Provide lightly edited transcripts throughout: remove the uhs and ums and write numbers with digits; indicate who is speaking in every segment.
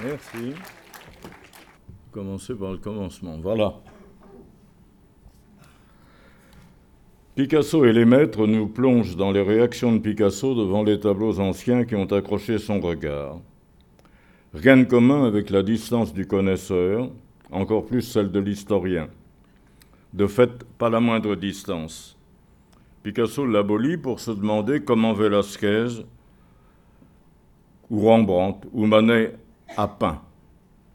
Speaker 1: Merci. Commencer par le commencement. Voilà. Picasso et les maîtres nous plongent dans les réactions de Picasso devant les tableaux anciens qui ont accroché son regard. Rien de commun avec la distance du connaisseur, encore plus celle de l'historien. De fait, pas la moindre distance. Picasso l'abolit pour se demander comment Velázquez ou Rembrandt ou Manet a peint. Pourquoi ?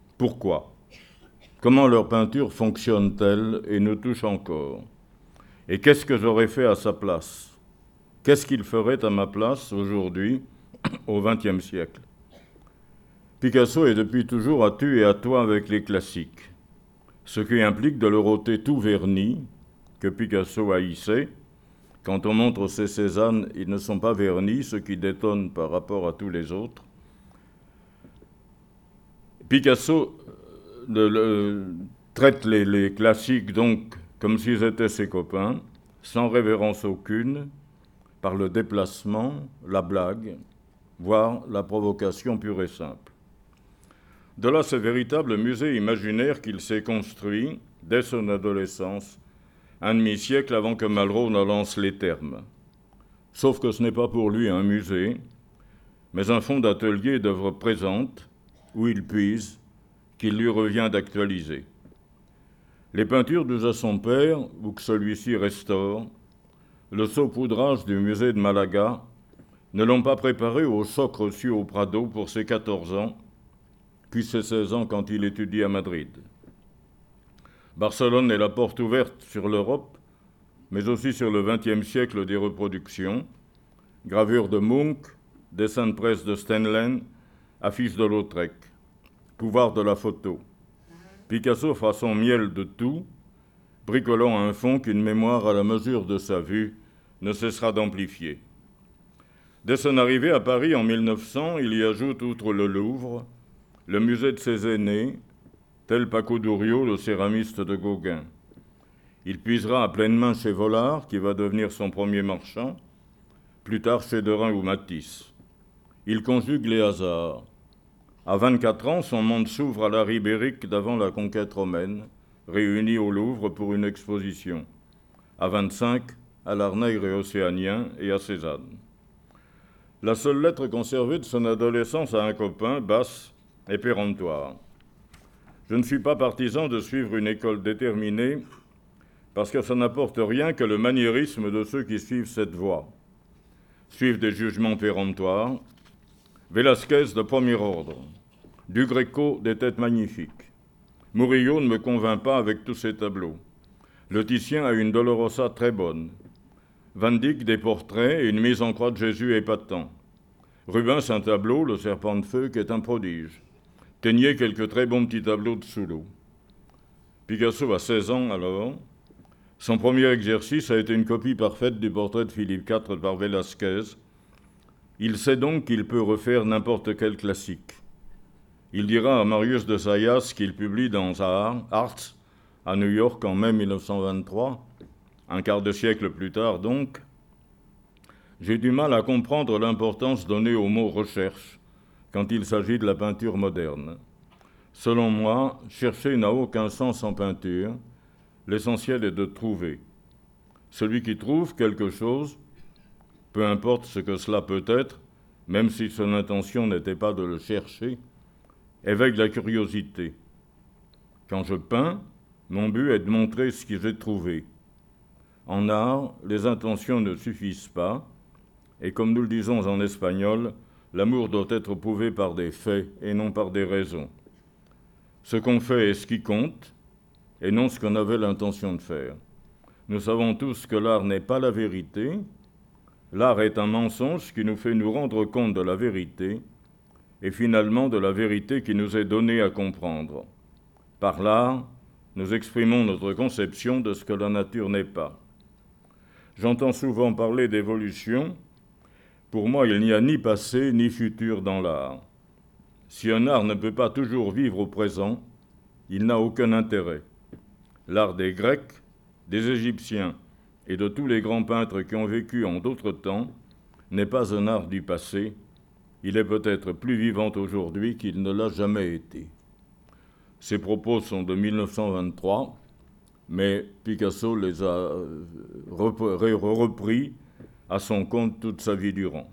Speaker 1: Comment leur peinture fonctionne-t-elle et nous touche encore ? Et qu'est-ce que j'aurais fait à sa place ? Qu'est-ce qu'il ferait à ma place aujourd'hui, au XXe siècle ? Picasso est depuis toujours à tu et à toi avec les classiques, ce qui implique de leur ôter tout vernis que Picasso haïssait. Quand on montre ses Cézannes, ils ne sont pas vernis, ce qui détonne par rapport à tous les autres. Picasso traite les classiques donc comme s'ils étaient ses copains, sans révérence aucune, par le déplacement, la blague, voire la provocation pure et simple. De là ce véritable musée imaginaire qu'il s'est construit dès son adolescence, un demi-siècle avant que Malraux ne lance les termes. Sauf que ce n'est pas pour lui un musée, mais un fonds d'atelier d'œuvres présentes où il puise, qu'il lui revient d'actualiser. Les peintures dues à son père, ou que celui-ci restaure, le saupoudrage du musée de Malaga, ne l'ont pas préparé au choc reçu au Prado pour ses 14 ans, puis ses 16 ans quand il étudie à Madrid. Barcelone est la porte ouverte sur l'Europe, mais aussi sur le XXe siècle des reproductions, gravures de Munch, dessins de presse de Stendhal, affiches de Lautrec, pouvoir de la photo. Picasso fera son miel de tout, bricolant un fond qu'une mémoire à la mesure de sa vue ne cessera d'amplifier. Dès son arrivée à Paris en 1900, il y ajoute, outre le Louvre, le musée de ses aînés, tel Paco Dourio, le céramiste de Gauguin. Il puisera à pleine main chez Vollard, qui va devenir son premier marchand, plus tard chez Derain ou Matisse. Il conjugue les hasards. À 24 ans, son monde s'ouvre à l'art ibérique d'avant la conquête romaine, réuni au Louvre pour une exposition. À 25, à l'art nègre et océanien et à Cézanne. La seule lettre conservée de son adolescence à un copain, Basse, est péremptoire. Je ne suis pas partisan de suivre une école déterminée parce que ça n'apporte rien que le maniérisme de ceux qui suivent cette voie. Suivent des jugements péremptoires, Velázquez de premier ordre, du Greco des têtes magnifiques. Murillo ne me convainc pas avec tous ses tableaux. Le Titien a une Dolorosa très bonne. Van Dyck des portraits et une mise en croix de Jésus épatant. Rubens un tableau, le serpent de feu, qui est un prodige. Ténier quelques très bons petits tableaux de sous l'eau. Picasso a 16 ans alors. Son premier exercice a été une copie parfaite du portrait de Philippe IV par Velázquez. Il sait donc qu'il peut refaire n'importe quel classique. Il dira à Marius de Zayas qu'il publie dans Arts, à New York en mai 1923, un quart de siècle plus tard donc, « J'ai du mal à comprendre l'importance donnée au mot « recherche » quand il s'agit de la peinture moderne. Selon moi, chercher n'a aucun sens en peinture, l'essentiel est de trouver. Celui qui trouve quelque chose, peu importe ce que cela peut être, même si son intention n'était pas de le chercher, éveille la curiosité. Quand je peins, mon but est de montrer ce que j'ai trouvé. En art, les intentions ne suffisent pas, et comme nous le disons en espagnol, l'amour doit être prouvé par des faits et non par des raisons. Ce qu'on fait est ce qui compte, et non ce qu'on avait l'intention de faire. Nous savons tous que l'art n'est pas la vérité. L'art est un mensonge qui nous fait nous rendre compte de la vérité et finalement de la vérité qui nous est donnée à comprendre. Par l'art, nous exprimons notre conception de ce que la nature n'est pas. J'entends souvent parler d'évolution. Pour moi, il n'y a ni passé ni futur dans l'art. Si un art ne peut pas toujours vivre au présent, il n'a aucun intérêt. L'art des Grecs, des Égyptiens et de tous les grands peintres qui ont vécu en d'autres temps n'est pas un art du passé, il est peut-être plus vivant aujourd'hui qu'il ne l'a jamais été. Ces propos sont de 1923, mais Picasso les a repris à son compte toute sa vie durant.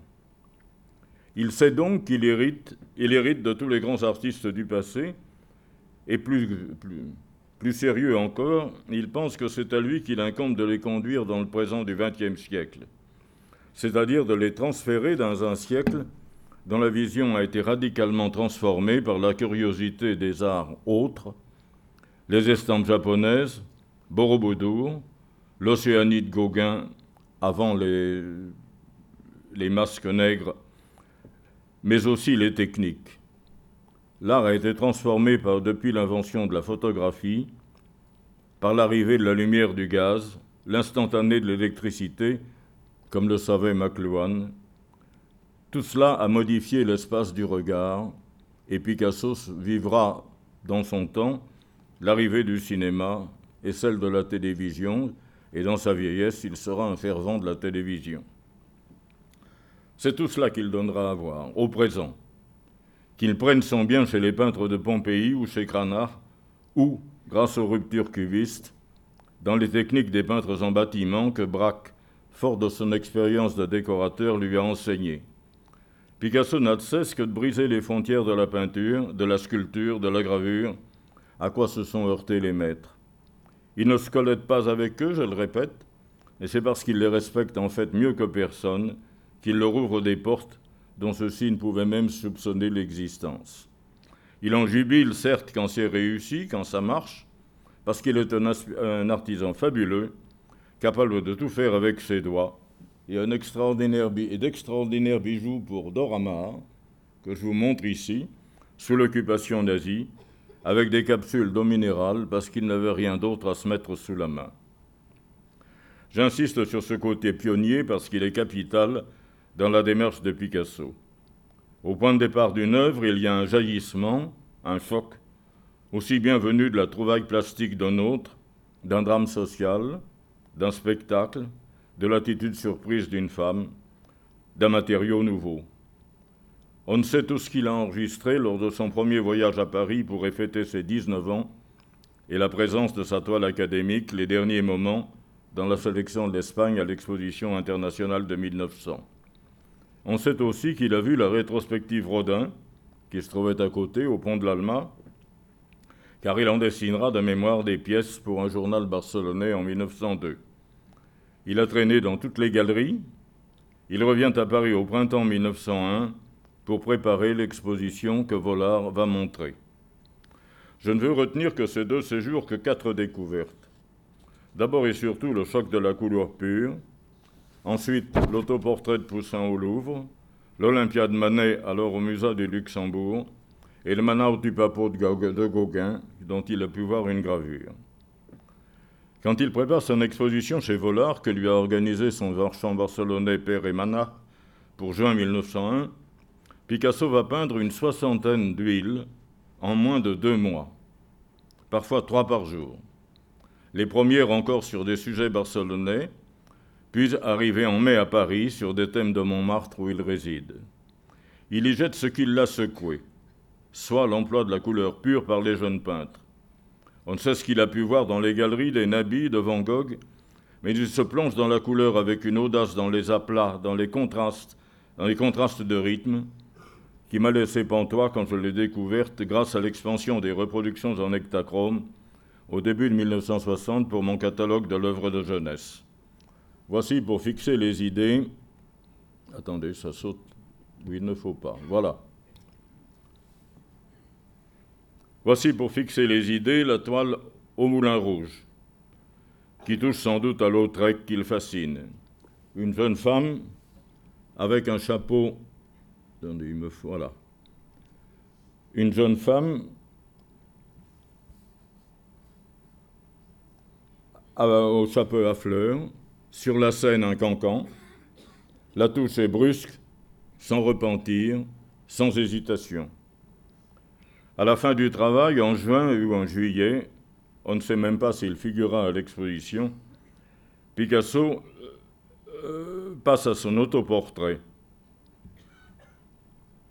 Speaker 1: Il sait donc qu'il hérite de tous les grands artistes du passé, et plus sérieux encore, il pense que c'est à lui qu'il incombe de les conduire dans le présent du XXe siècle, c'est-à-dire de les transférer dans un siècle dont la vision a été radicalement transformée par la curiosité des arts autres, les estampes japonaises, Borobudur, l'Océanie de Gauguin avant les masques nègres, mais aussi les techniques. L'art a été transformé depuis l'invention de la photographie, par l'arrivée de la lumière du gaz, l'instantané de l'électricité, comme le savait McLuhan. Tout cela a modifié l'espace du regard, et Picasso vivra dans son temps l'arrivée du cinéma et celle de la télévision, et dans sa vieillesse, il sera un fervent de la télévision. C'est tout cela qu'il donnera à voir, au présent. Qu'il prenne son bien chez les peintres de Pompéi ou chez Cranach, ou, grâce aux ruptures cubistes, dans les techniques des peintres en bâtiment que Braque, fort de son expérience de décorateur, lui a enseigné. Picasso n'a de cesse que de briser les frontières de la peinture, de la sculpture, de la gravure, à quoi se sont heurtés les maîtres. Il ne se collecte pas avec eux, je le répète, et c'est parce qu'il les respecte en fait mieux que personne qu'il leur ouvre des portes dont ceux-ci ne pouvaient même soupçonner l'existence. Il en jubile certes quand c'est réussi, quand ça marche, parce qu'il est un artisan fabuleux, capable de tout faire avec ses doigts, et d'extraordinaires bijoux pour Doramar, que je vous montre ici, sous l'occupation nazie, avec des capsules d'eau minérale, parce qu'il n'avait rien d'autre à se mettre sous la main. J'insiste sur ce côté pionnier parce qu'il est capital dans la démarche de Picasso. Au point de départ d'une œuvre, il y a un jaillissement, un choc, aussi bien venu de la trouvaille plastique d'un autre, d'un drame social, d'un spectacle, de l'attitude surprise d'une femme, d'un matériau nouveau. On ne sait tout ce qu'il a enregistré lors de son premier voyage à Paris pour fêter ses 19 ans et la présence de sa toile académique, les derniers moments, dans la sélection de l'Espagne à l'exposition internationale de 1900. On sait aussi qu'il a vu la rétrospective Rodin, qui se trouvait à côté, au pont de l'Alma, car il en dessinera de mémoire des pièces pour un journal barcelonais en 1902. Il a traîné dans toutes les galeries. Il revient à Paris au printemps 1901 pour préparer l'exposition que Vollard va montrer. Je ne veux retenir que ces 2 séjours que 4 découvertes. D'abord et surtout le choc de la couleur pure, ensuite l'autoportrait de Poussin au Louvre, l'Olympiade Manet alors au Musée du Luxembourg, et le Manaut du Papeau de Gauguin, dont il a pu voir une gravure. Quand il prépare son exposition chez Vollard, que lui a organisé son marchand barcelonais Pere Manach pour juin 1901, Picasso va peindre une 60aine d'huiles en moins de 2 mois, parfois 3 par jour. Les premières encore sur des sujets barcelonais, puis arrivé en mai à Paris sur des thèmes de Montmartre où il réside. Il y jette ce qui l'a secoué, soit l'emploi de la couleur pure par les jeunes peintres. On ne sait ce qu'il a pu voir dans les galeries des Nabi, de Van Gogh, mais il se plonge dans la couleur avec une audace dans les aplats, dans les contrastes de rythme, qui m'a laissé pantois quand je l'ai découverte grâce à l'expansion des reproductions en hectachrome au début de 1960 pour mon catalogue de l'œuvre de jeunesse. Voici pour fixer les idées. Attendez, ça saute. Oui, il ne faut pas. Voilà. Voici pour fixer les idées la toile au Moulin Rouge, qui touche sans doute à Lautrec qui le fascine. Une jeune femme avec un chapeau. Attendez, il me faut. Voilà. Une jeune femme au chapeau à fleurs. Sur la scène, un cancan. La touche est brusque, sans repentir, sans hésitation. À la fin du travail, en juin ou en juillet, on ne sait même pas s'il figurera à l'exposition, Picasso passe à son autoportrait.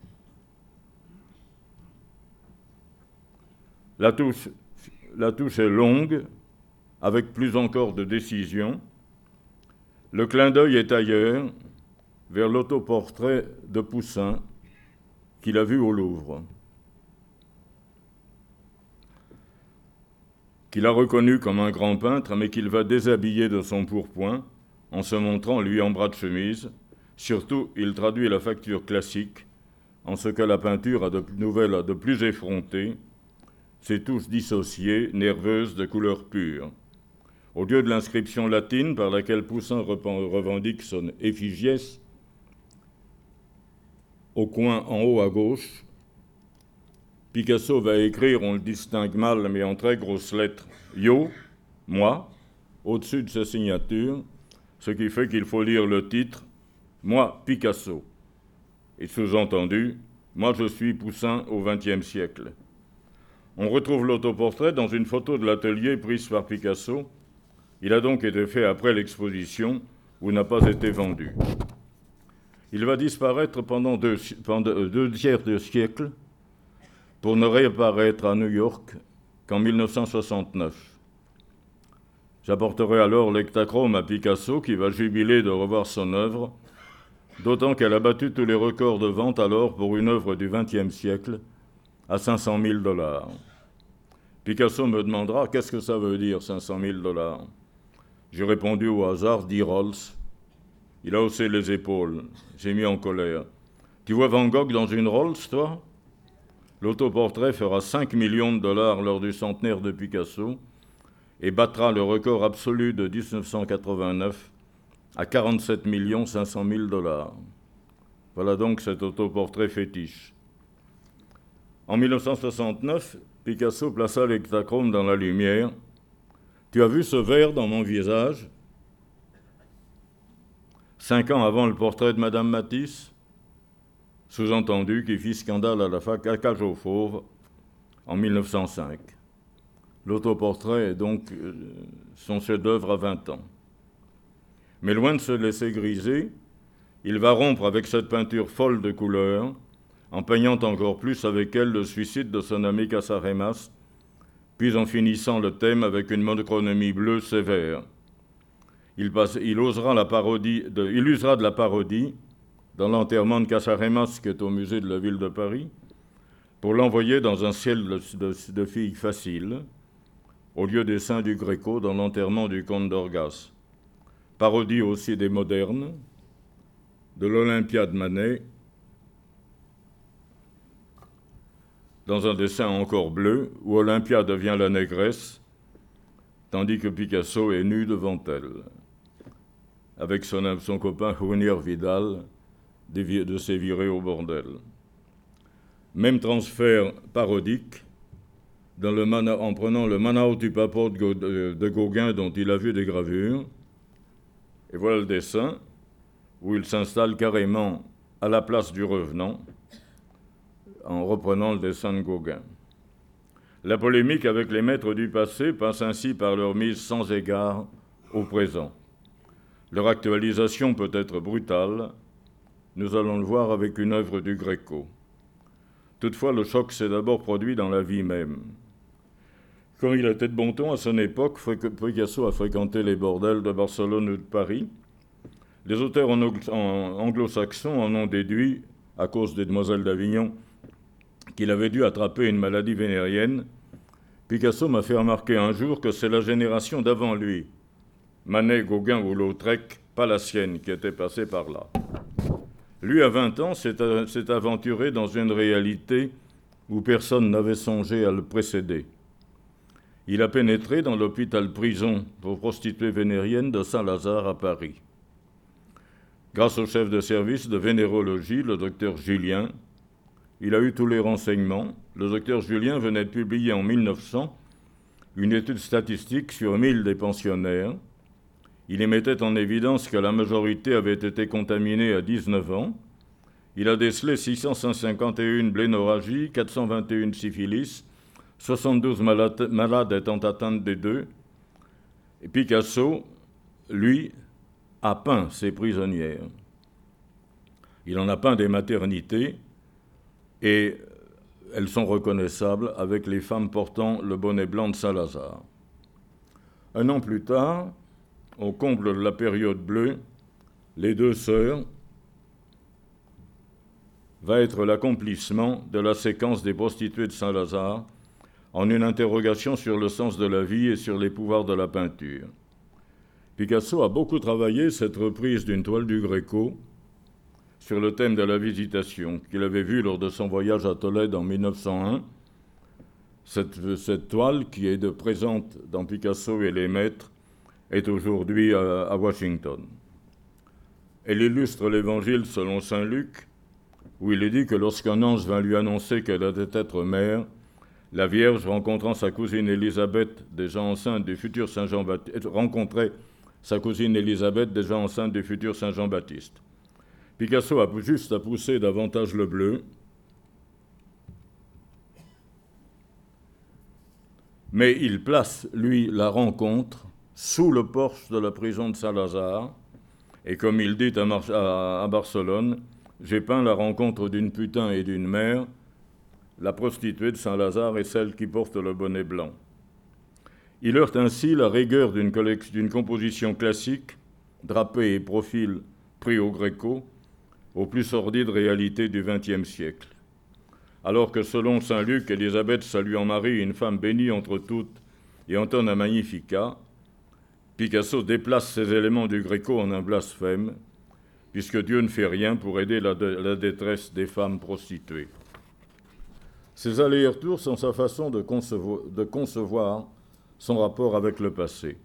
Speaker 1: La touche est longue, avec plus encore de décision. Le clin d'œil est ailleurs, vers l'autoportrait de Poussin qu'il a vu au Louvre, qu'il a reconnu comme un grand peintre, mais qu'il va déshabiller de son pourpoint en se montrant, lui, en bras de chemise. Surtout, il traduit la facture classique en ce que la peinture a de nouvelles, de plus effrontées, ses touches dissociées, nerveuses, de couleur pure. Au lieu de l'inscription latine par laquelle Poussin revendique son effigies, au coin en haut à gauche, Picasso va écrire, on le distingue mal, mais en très grosses lettres, « Yo », moi, au-dessus de sa signature, ce qui fait qu'il faut lire le titre « Moi, Picasso ». Et sous-entendu, « Moi, je suis Poussin au XXe siècle ». On retrouve l'autoportrait dans une photo de l'atelier prise par Picasso. Il a donc été fait après l'exposition ou n'a pas été vendu. Il va disparaître pendant deux tiers de siècle pour ne réapparaître à New York qu'en 1969. J'apporterai alors l'Ektachrome à Picasso qui va jubiler de revoir son œuvre, d'autant qu'elle a battu tous les records de vente alors pour une œuvre du XXe siècle à 500 000 $. Picasso me demandera qu'est-ce que ça veut dire 500 000 $. J'ai répondu au hasard 10 Rolls. Il a haussé les épaules. J'ai mis en colère. Tu vois Van Gogh dans une Rolls, toi? L'autoportrait fera 5 millions de dollars lors du centenaire de Picasso et battra le record absolu de 1989 à 47 500 000 $. Voilà donc cet autoportrait fétiche. En 1969, Picasso plaça l'Ektachrome dans la lumière. Tu as vu ce verre dans mon visage? 5 ans avant le portrait de Madame Matisse, sous-entendu qui fit scandale à la fac à Cage aux Fauves en 1905. L'autoportrait est donc son chef-d'œuvre à 20 ans. Mais loin de se laisser griser, il va rompre avec cette peinture folle de couleurs, en peignant encore plus avec elle le suicide de son ami Casaremas, puis en finissant le thème avec une monochronomie bleue sévère. Il usera de la parodie dans l'enterrement de Casaremas, qui est au musée de la ville de Paris, pour l'envoyer dans un ciel de filles faciles, au lieu des saints du Gréco dans l'enterrement du comte d'Orgas. Parodie aussi des modernes, de l'Olympia de Manet, dans un dessin encore bleu, où Olympia devient la négresse, tandis que Picasso est nu devant elle, avec son copain Junior Vidal, de ses virées au bordel. Même transfert parodique, en prenant le Manao du Papo de Gauguin dont il a vu des gravures, et voilà le dessin, où il s'installe carrément à la place du revenant, en reprenant le dessin de Gauguin. La polémique avec les maîtres du passé passe ainsi par leur mise sans égard au présent. Leur actualisation peut être brutale, nous allons le voir avec une œuvre du Gréco. Toutefois, le choc s'est d'abord produit dans la vie même. Quand il était de bon ton, à son époque, Picasso a fréquenté les bordels de Barcelone ou de Paris. Les auteurs anglo-saxons en ont déduit, à cause des demoiselles d'Avignon, qu'il avait dû attraper une maladie vénérienne. Picasso m'a fait remarquer un jour que c'est la génération d'avant lui, Manet, Gauguin ou Lautrec, pas la sienne, qui était passée par là. Lui, à 20 ans, s'est aventuré dans une réalité où personne n'avait songé à le précéder. Il a pénétré dans l'hôpital-prison pour prostituées vénériennes de Saint-Lazare à Paris. Grâce au chef de service de vénérologie, le docteur Julien, il a eu tous les renseignements. Le docteur Julien venait de publier en 1900 une étude statistique sur 1000 des pensionnaires. Il y mettait en évidence que la majorité avait été contaminée à 19 ans. Il a décelé 651 blénorragies, 421 syphilis, 72 malades étant atteintes des deux. Et Picasso, lui, a peint ses prisonnières. Il en a peint des maternités et elles sont reconnaissables avec les femmes portant le bonnet blanc de Saint-Lazare. Un an plus tard, au comble de la période bleue, les deux sœurs va être l'accomplissement de la séquence des prostituées de Saint-Lazare en une interrogation sur le sens de la vie et sur les pouvoirs de la peinture. Picasso a beaucoup travaillé cette reprise d'une toile du Greco sur le thème de la visitation qu'il avait vue lors de son voyage à Tolède en 1901. Cette toile, qui est présente dans Picasso et les Maîtres, est aujourd'hui à Washington. Elle illustre l'Évangile selon saint Luc, où il est dit que lorsqu'un ange vint lui annoncer qu'elle allait être mère, la Vierge, rencontrant sa cousine Élisabeth, déjà enceinte du futur Saint Jean-Baptiste, rencontrait sa cousine Élisabeth, déjà enceinte du futur Saint Jean-Baptiste. Picasso a juste à pousser davantage le bleu, mais il place, lui, la rencontre sous le porche de la prison de Saint-Lazare, et comme il dit à Barcelone, « J'ai peint la rencontre d'une putain et d'une mère, la prostituée de Saint-Lazare est celle qui porte le bonnet blanc. » Il heurte ainsi la rigueur d'une composition classique, drapée et profil pris au Greco, aux plus sordides réalités du XXe siècle. Alors que selon saint Luc, Élisabeth salue en Marie une femme bénie entre toutes et entonne un Magnificat, Picasso déplace ces éléments du Greco en un blasphème, puisque Dieu ne fait rien pour aider la détresse des femmes prostituées. Ces allers-retours sont sa façon de concevoir son rapport avec le passé.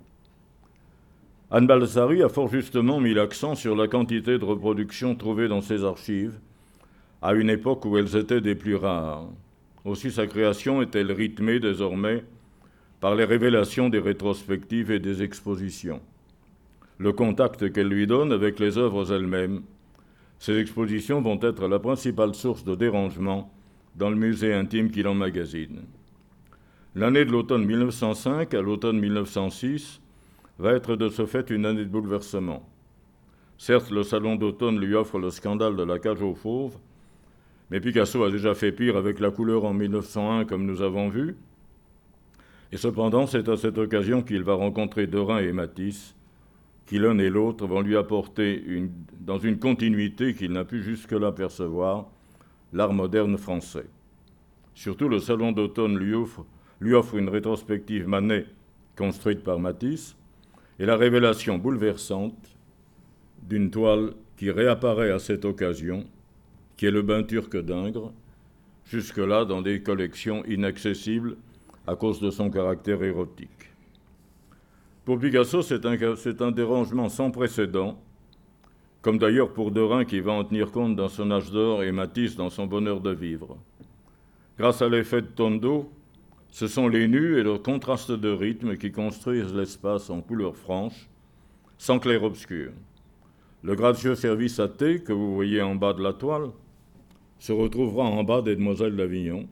Speaker 1: Anne Balsari a fort justement mis l'accent sur la quantité de reproductions trouvées dans ses archives, à une époque où elles étaient des plus rares. Aussi sa création est-elle rythmée désormais par les révélations des rétrospectives et des expositions. Le contact qu'elle lui donne avec les œuvres elles-mêmes. Ces expositions vont être la principale source de dérangement dans le musée intime qu'il emmagasine. L'année de l'automne 1905 à l'automne 1906 va être de ce fait une année de bouleversement. Certes, le salon d'automne lui offre le scandale de la cage aux fauves, mais Picasso a déjà fait pire avec la couleur en 1901, comme nous avons vu. Et cependant, c'est à cette occasion qu'il va rencontrer Derain et Matisse, qui l'un et l'autre vont lui apporter, dans une continuité qu'il n'a pu jusque-là percevoir, l'art moderne français. Surtout, le salon d'automne lui offre une rétrospective Manet construite par Matisse et la révélation bouleversante d'une toile qui réapparaît à cette occasion, qui est le bain turc d'Ingres, jusque-là dans des collections inaccessibles à cause de son caractère érotique. Pour Picasso, c'est un dérangement sans précédent, comme d'ailleurs pour Derain qui va en tenir compte dans son âge d'or et Matisse dans son bonheur de vivre. Grâce à l'effet de Tondo, ce sont les nus et leur contraste de rythme qui construisent l'espace en couleur franche, sans clair-obscur. Le gracieux service à thé que vous voyez en bas de la toile se retrouvera en bas des Demoiselles d'Avignon.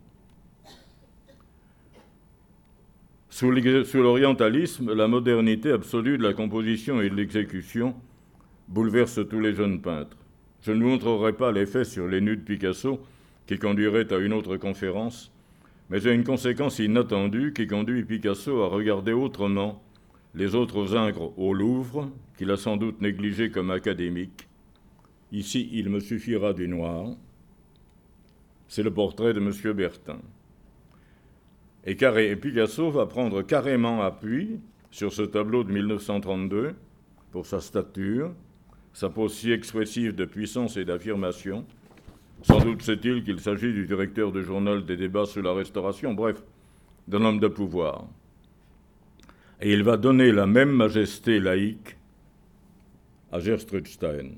Speaker 1: Sous l'orientalisme, la modernité absolue de la composition et de l'exécution bouleverse tous les jeunes peintres. Je ne vous montrerai pas l'effet sur les nus de Picasso, qui conduirait à une autre conférence, mais j'ai une conséquence inattendue qui conduit Picasso à regarder autrement les autres Ingres au Louvre, qu'il a sans doute négligés comme académiques. Ici, il me suffira du noir. C'est le portrait de M. Bertin. Et Picasso va prendre carrément appui sur ce tableau de 1932 pour sa stature, sa pose si expressive de puissance et d'affirmation. Sans doute sait-il qu'il s'agit du directeur du journal des débats sous la Restauration, bref, d'un homme de pouvoir. Et il va donner la même majesté laïque à Gertrude Stein.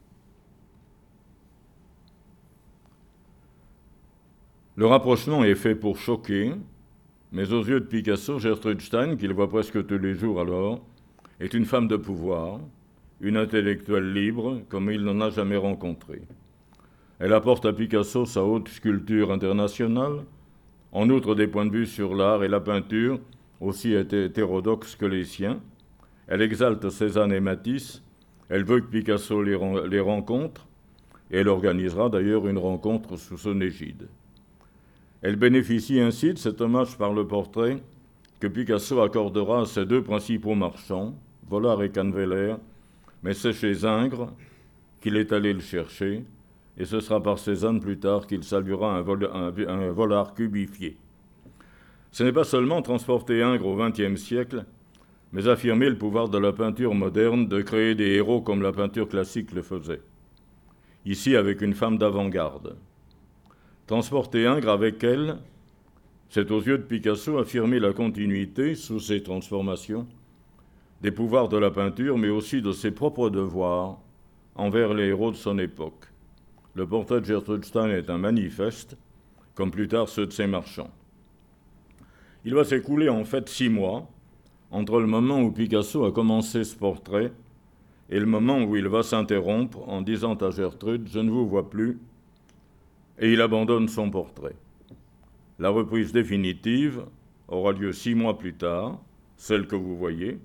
Speaker 1: Le rapprochement est fait pour choquer, mais aux yeux de Picasso, Gertrude Stein, qu'il voit presque tous les jours alors, est une femme de pouvoir, une intellectuelle libre comme il n'en a jamais rencontré. Elle apporte à Picasso sa haute sculpture internationale, en outre des points de vue sur l'art et la peinture, aussi hétérodoxes que les siens. Elle exalte Cézanne et Matisse, elle veut que Picasso les rencontre, et elle organisera d'ailleurs une rencontre sous son égide. Elle bénéficie ainsi de cet hommage par le portrait que Picasso accordera à ses deux principaux marchands, Vollard et Canneveller, mais c'est chez Ingres qu'il est allé le chercher, et ce sera par Cézanne plus tard qu'il saluera un Vollard cubifié. Ce n'est pas seulement transporter Ingres au XXe siècle, mais affirmer le pouvoir de la peinture moderne de créer des héros comme la peinture classique le faisait. Ici avec une femme d'avant-garde. Transporter Ingres avec elle, c'est aux yeux de Picasso affirmer la continuité, sous ses transformations, des pouvoirs de la peinture, mais aussi de ses propres devoirs envers les héros de son époque. Le portrait de Gertrude Stein est un manifeste, comme plus tard ceux de ses marchands. Il va s'écouler en fait 6 mois entre le moment où Picasso a commencé ce portrait et le moment où il va s'interrompre en disant à Gertrude « Je ne vous vois plus », et il abandonne son portrait. La reprise définitive aura lieu 6 mois plus tard, celle que vous voyez.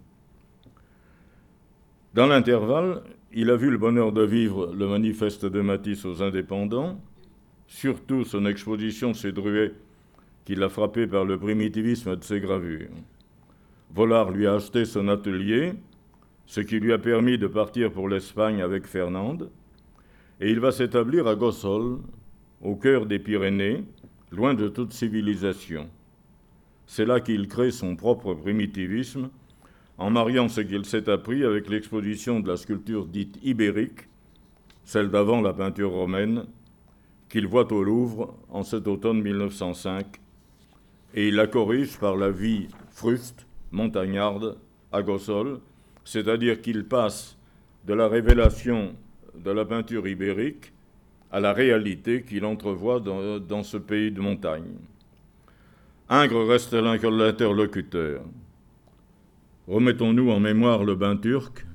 Speaker 1: Dans l'intervalle, il a vu le bonheur de vivre le manifeste de Matisse aux Indépendants, surtout son exposition chez Druet, qui l'a frappé par le primitivisme de ses gravures. Vollard lui a acheté son atelier, ce qui lui a permis de partir pour l'Espagne avec Fernande, et il va s'établir à Gossol, au cœur des Pyrénées, loin de toute civilisation. C'est là qu'il crée son propre primitivisme, en mariant ce qu'il s'est appris avec l'exposition de la sculpture dite ibérique, celle d'avant la peinture romaine, qu'il voit au Louvre en cet automne 1905, et il la corrige par la vie fruste, montagnarde, à Gossol, c'est-à-dire qu'il passe de la révélation de la peinture ibérique à la réalité qu'il entrevoit dans ce pays de montagne. Ingres reste l'interlocuteur. Remettons-nous en mémoire le bain turc.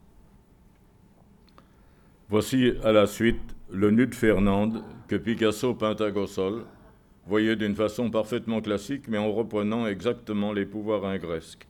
Speaker 1: Voici à la suite le nu de Fernande que Picasso peint à Gossol, voyez d'une façon parfaitement classique, mais en reprenant exactement les pouvoirs ingresques.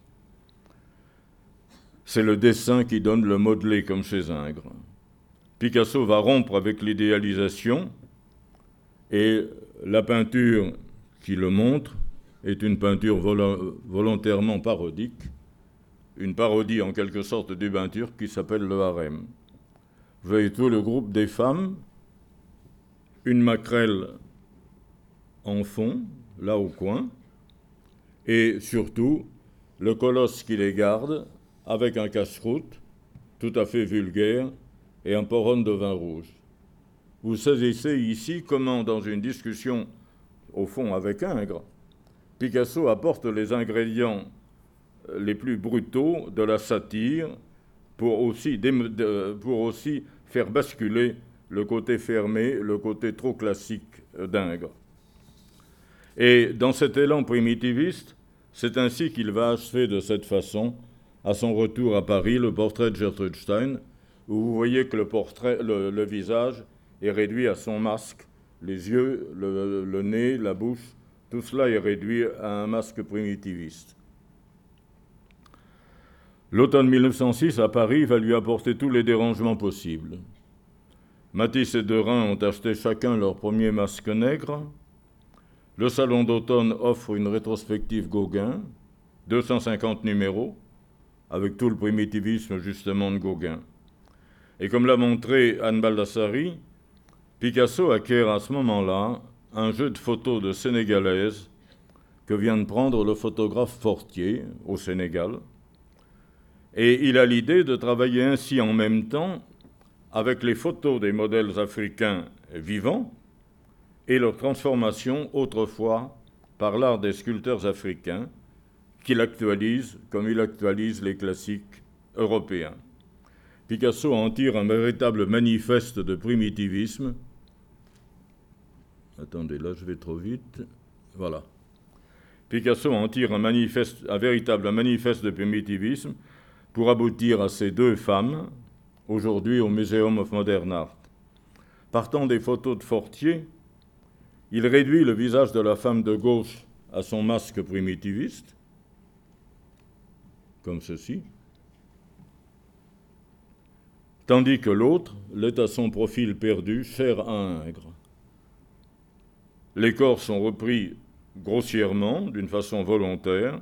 Speaker 1: C'est le dessin qui donne le modelé, comme chez Ingres. Picasso va rompre avec l'idéalisation, et la peinture qui le montre est une peinture volontairement parodique, une parodie en quelque sorte du bain turc qui s'appelle le harem. Vous voyez tout le groupe des femmes, une maquerelle en fond, là au coin, et surtout le colosse qui les garde avec un casse-croûte tout à fait vulgaire et un poron de vin rouge. Vous saisissez ici comment, dans une discussion au fond avec Ingres, Picasso apporte les ingrédients les plus brutaux de la satire pour aussi faire basculer le côté fermé, le côté trop classique d'Ingres. Et dans cet élan primitiviste, c'est ainsi qu'il va achever de cette façon, à son retour à Paris, le portrait de Gertrude Stein, où vous voyez que le visage est réduit à son masque, les yeux, le nez, la bouche, tout cela est réduit à un masque primitiviste. L'automne 1906, à Paris, va lui apporter tous les dérangements possibles. Matisse et Derain ont acheté chacun leur premier masque nègre. Le salon d'automne offre une rétrospective Gauguin, 250 numéros, avec tout le primitivisme justement de Gauguin. Et comme l'a montré Anne Baldassari, Picasso acquiert à ce moment-là un jeu de photos de sénégalaises que vient de prendre le photographe Fortier au Sénégal. Et il a l'idée de travailler ainsi en même temps avec les photos des modèles africains vivants et leur transformation autrefois par l'art des sculpteurs africains qu'il actualise comme il actualise les classiques européens. Picasso en tire un véritable manifeste de primitivisme. Attendez, là je vais trop vite. Voilà. Picasso en tire un véritable manifeste de primitivisme pour aboutir à ces deux femmes, aujourd'hui au Museum of Modern Art. Partant des photos de Fortier, il réduit le visage de la femme de gauche à son masque primitiviste, comme ceci, tandis que l'autre l'est à son profil perdu, cher à Ingres. Les corps sont repris grossièrement, d'une façon volontaire,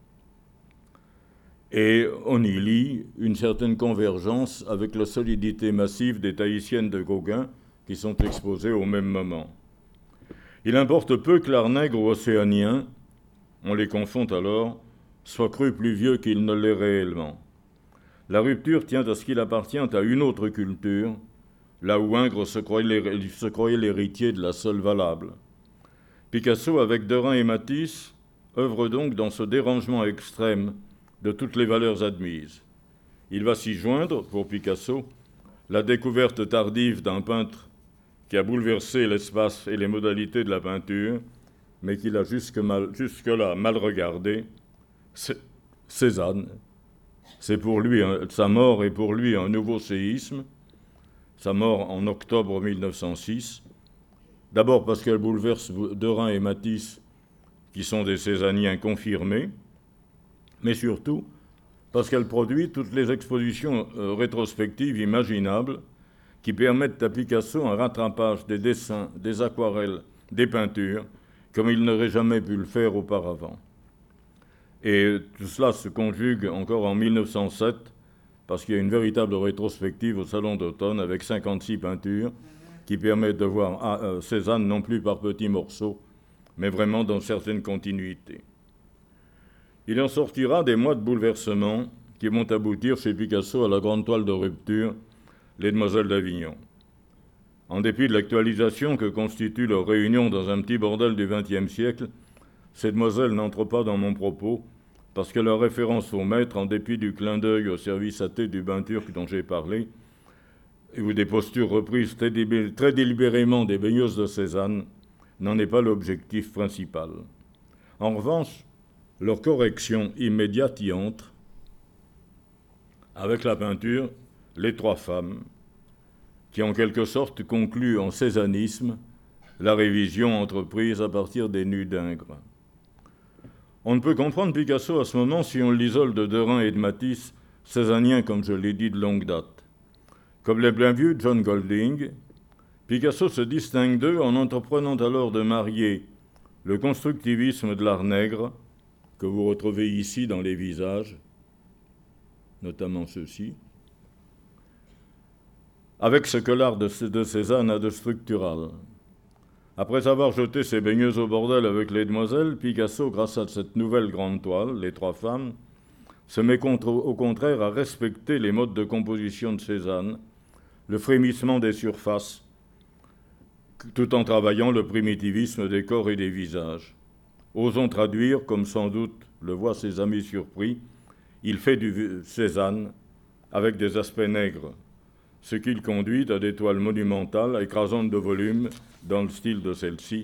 Speaker 1: et on y lit une certaine convergence avec la solidité massive des Tahitiennes de Gauguin qui sont exposées au même moment. Il importe peu que l'art nègre ou océanien, on les confond alors, soit cru plus vieux qu'il ne l'est réellement. La rupture tient à ce qu'il appartient à une autre culture, là où Ingres se croyait l'héritier de la seule valable. Picasso, avec Derain et Matisse, œuvre donc dans ce dérangement extrême de toutes les valeurs admises. Il va s'y joindre, pour Picasso, la découverte tardive d'un peintre qui a bouleversé l'espace et les modalités de la peinture, mais qu'il a jusque-là mal regardé, Cézanne. C'est pour lui, sa mort est pour lui un nouveau séisme, sa mort en octobre 1906, d'abord parce qu'elle bouleverse Derain et Matisse, qui sont des Cézanniens confirmés, mais surtout parce qu'elle produit toutes les expositions rétrospectives imaginables qui permettent à Picasso un rattrapage des dessins, des aquarelles, des peintures, comme il n'aurait jamais pu le faire auparavant. Et tout cela se conjugue encore en 1907, parce qu'il y a une véritable rétrospective au Salon d'automne avec 56 peintures qui permettent de voir Cézanne non plus par petits morceaux, mais vraiment dans certaines continuités. Il en sortira des mois de bouleversement qui vont aboutir chez Picasso à la grande toile de rupture, Les Demoiselles d'Avignon. En dépit de l'actualisation que constitue leur réunion dans un petit bordel du XXe siècle, ces demoiselles n'entrent pas dans mon propos, parce que leur référence au maître, en dépit du clin d'œil au service athée du bain turc dont j'ai parlé, ou des postures reprises très délibérément des baigneuses de Cézanne, n'en est pas l'objectif principal. En revanche, leur correction immédiate y entre, avec la peinture Les Trois Femmes, qui en quelque sorte conclut en cézannisme la révision entreprise à partir des Nus d'Ingres. On ne peut comprendre Picasso à ce moment si on l'isole de Derain et de Matisse, cézanniens comme je l'ai dit de longue date. Comme l'a bien vu John Golding, Picasso se distingue d'eux en entreprenant alors de marier le constructivisme de l'art nègre, que vous retrouvez ici dans les visages, notamment ceux-ci, avec ce que l'art de Cézanne a de structural. Après avoir jeté ses baigneuses au bordel avec les demoiselles, Picasso, grâce à cette nouvelle grande toile, Les Trois Femmes, se met au contraire à respecter les modes de composition de Cézanne, le frémissement des surfaces, tout en travaillant le primitivisme des corps et des visages. Osons traduire, comme sans doute le voient ses amis surpris, il fait du Cézanne avec des aspects nègres, ce qui le conduit à des toiles monumentales, écrasantes de volume, dans le style de celle-ci.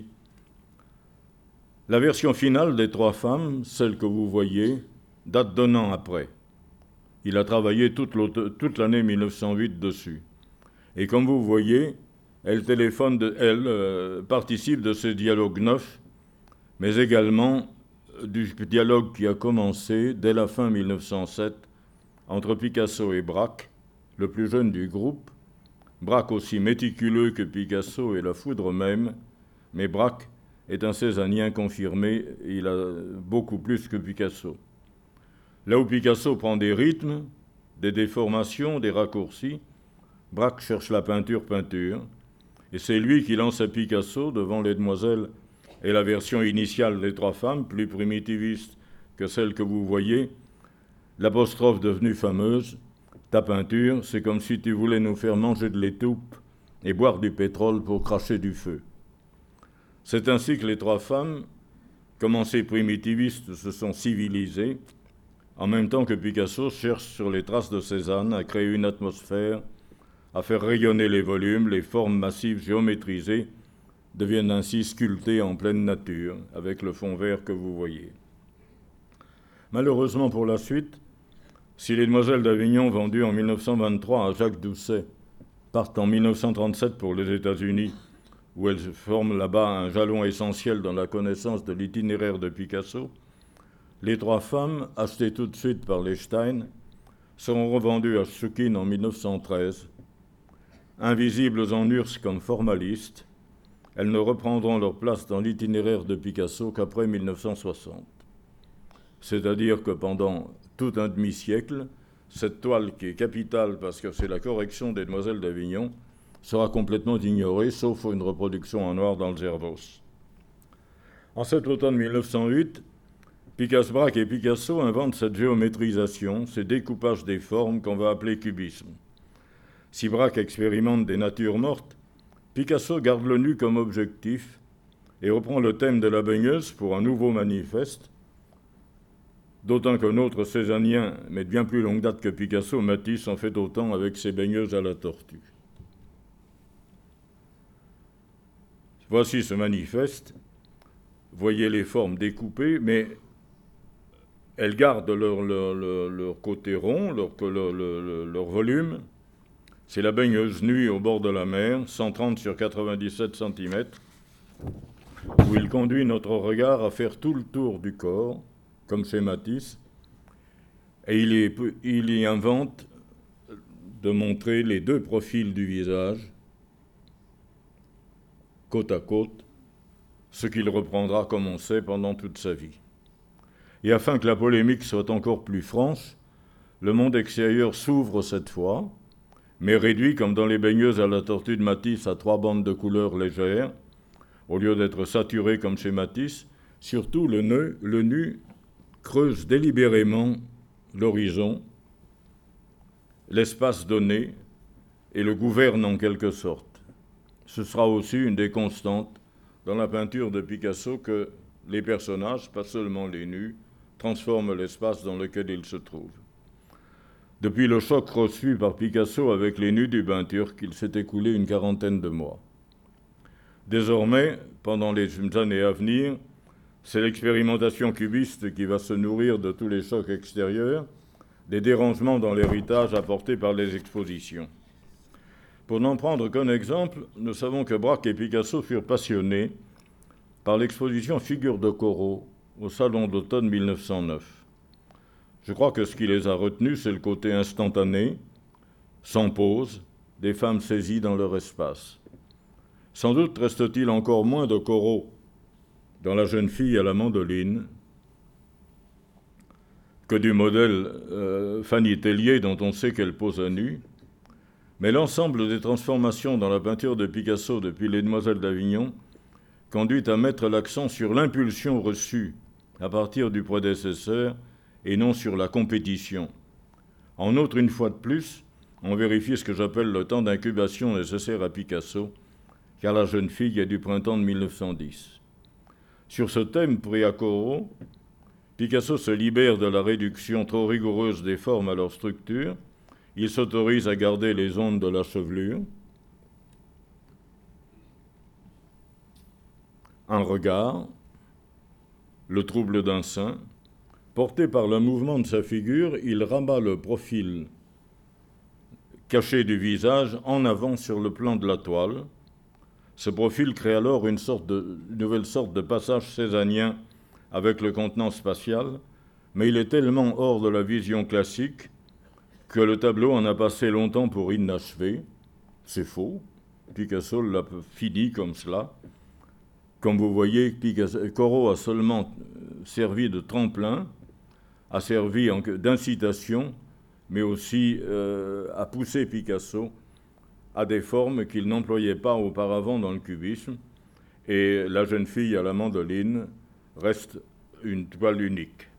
Speaker 1: La version finale des Trois Femmes, celle que vous voyez, date d'un an après. Il a travaillé toute l'année 1908 dessus. Et comme vous voyez, elle participe de ce dialogue neuf, mais également du dialogue qui a commencé dès la fin 1907 entre Picasso et Braque, le plus jeune du groupe, Braque aussi méticuleux que Picasso et la foudre même, mais Braque est un cézannien confirmé, il a beaucoup plus que Picasso. Là où Picasso prend des rythmes, des déformations, des raccourcis, Braque cherche la peinture, et c'est lui qui lance à Picasso, devant les demoiselles et la version initiale des Trois Femmes, plus primitiviste que celle que vous voyez, l'apostrophe devenue fameuse, ta peinture, c'est comme si tu voulais nous faire manger de l'étoupe et boire du pétrole pour cracher du feu. C'est ainsi que les Trois Femmes, commencées primitivistes, se sont civilisées, en même temps que Picasso cherche sur les traces de Cézanne à créer une atmosphère, à faire rayonner les volumes, les formes massives géométrisées deviennent ainsi sculptées en pleine nature, avec le fond vert que vous voyez. Malheureusement pour la suite, si les Demoiselles d'Avignon, vendues en 1923 à Jacques Doucet, partent en 1937 pour les États-Unis, où elles forment là-bas un jalon essentiel dans la connaissance de l'itinéraire de Picasso, les Trois Femmes, achetées tout de suite par les Stein, seront revendues à Choukine en 1913. Invisibles en URSS comme formalistes, elles ne reprendront leur place dans l'itinéraire de Picasso qu'après 1960. C'est-à-dire que pendant tout un demi-siècle, cette toile qui est capitale parce que c'est la correction des Demoiselles d'Avignon sera complètement ignorée, sauf une reproduction en noir dans le Zervos. En cet automne 1908, Braque et Picasso inventent cette géométrisation, ces découpages des formes qu'on va appeler cubisme. Si Braque expérimente des natures mortes, Picasso garde le nu comme objectif et reprend le thème de la baigneuse pour un nouveau manifeste, d'autant qu'un autre cézannien, mais de bien plus longue date que Picasso, Matisse, en fait autant avec ses baigneuses à la tortue. Voici ce manifeste. Voyez les formes découpées, mais elles gardent leur côté rond, leur volume. C'est la baigneuse nue au bord de la mer, 130 sur 97 cm, où il conduit notre regard à faire tout le tour du corps, comme chez Matisse, et il y invente de montrer les deux profils du visage, côte à côte, ce qu'il reprendra, comme on sait, pendant toute sa vie. Et afin que la polémique soit encore plus franche, le monde extérieur s'ouvre cette fois, mais réduit, comme dans les baigneuses à la tortue de Matisse, à 3 bandes de couleurs légères, au lieu d'être saturé comme chez Matisse. Surtout, le nu creuse délibérément l'horizon, l'espace donné, et le gouverne en quelque sorte. Ce sera aussi une des constantes dans la peinture de Picasso que les personnages, pas seulement les nus, transforment l'espace dans lequel ils se trouvent. Depuis le choc reçu par Picasso avec les nus du bain turc, il s'est écoulé une 40aine de mois. Désormais, pendant les années à venir, c'est l'expérimentation cubiste qui va se nourrir de tous les chocs extérieurs, des dérangements dans l'héritage apporté par les expositions. Pour n'en prendre qu'un exemple, nous savons que Braque et Picasso furent passionnés par l'exposition Figures de Corot au Salon d'automne 1909. Je crois que ce qui les a retenus, c'est le côté instantané, sans pause, des femmes saisies dans leur espace. Sans doute reste-t-il encore moins de Corot dans La jeune fille à la mandoline que du modèle Fanny Tellier dont on sait qu'elle pose à nu, mais l'ensemble des transformations dans la peinture de Picasso depuis Les Demoiselles d'Avignon conduit à mettre l'accent sur l'impulsion reçue à partir du prédécesseur et non sur la compétition. En outre, une fois de plus, on vérifie ce que j'appelle le temps d'incubation nécessaire à Picasso, car La jeune fille est du printemps de 1910. Sur ce thème pris à Corot, Picasso se libère de la réduction trop rigoureuse des formes à leur structure. Il s'autorise à garder les ondes de la chevelure, un regard, le trouble d'un sein. Porté par le mouvement de sa figure, il rabat le profil caché du visage en avant sur le plan de la toile. Ce profil crée alors une nouvelle sorte de passage cézannien avec le contenant spatial, mais il est tellement hors de la vision classique que le tableau en a passé longtemps pour inachevé. C'est faux. Picasso l'a fini comme cela. Comme vous voyez, Corot a seulement servi de tremplin, a servi d'incitation, mais aussi a poussé Picasso à des formes qu'il n'employait pas auparavant dans le cubisme. Et La jeune fille à la mandoline reste une toile unique.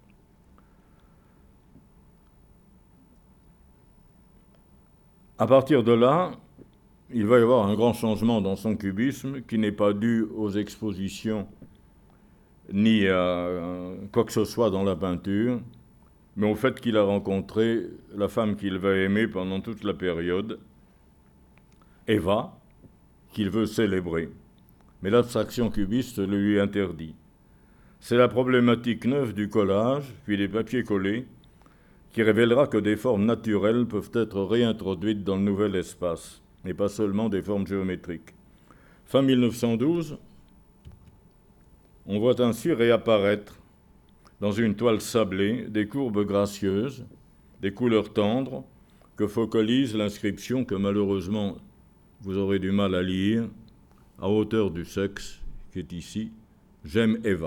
Speaker 1: À partir de là, il va y avoir un grand changement dans son cubisme qui n'est pas dû aux expositions ni à quoi que ce soit dans la peinture, mais au fait qu'il a rencontré la femme qu'il va aimer pendant toute la période, Eva, qu'il veut célébrer. Mais l'abstraction cubiste le lui interdit. C'est la problématique neuve du collage, puis des papiers collés, qui révélera que des formes naturelles peuvent être réintroduites dans le nouvel espace, et pas seulement des formes géométriques. Fin 1912, on voit ainsi réapparaître, dans une toile sablée, des courbes gracieuses, des couleurs tendres, que focalise l'inscription que malheureusement vous aurez du mal à lire, à hauteur du sexe, qui est ici « J'aime Eva ».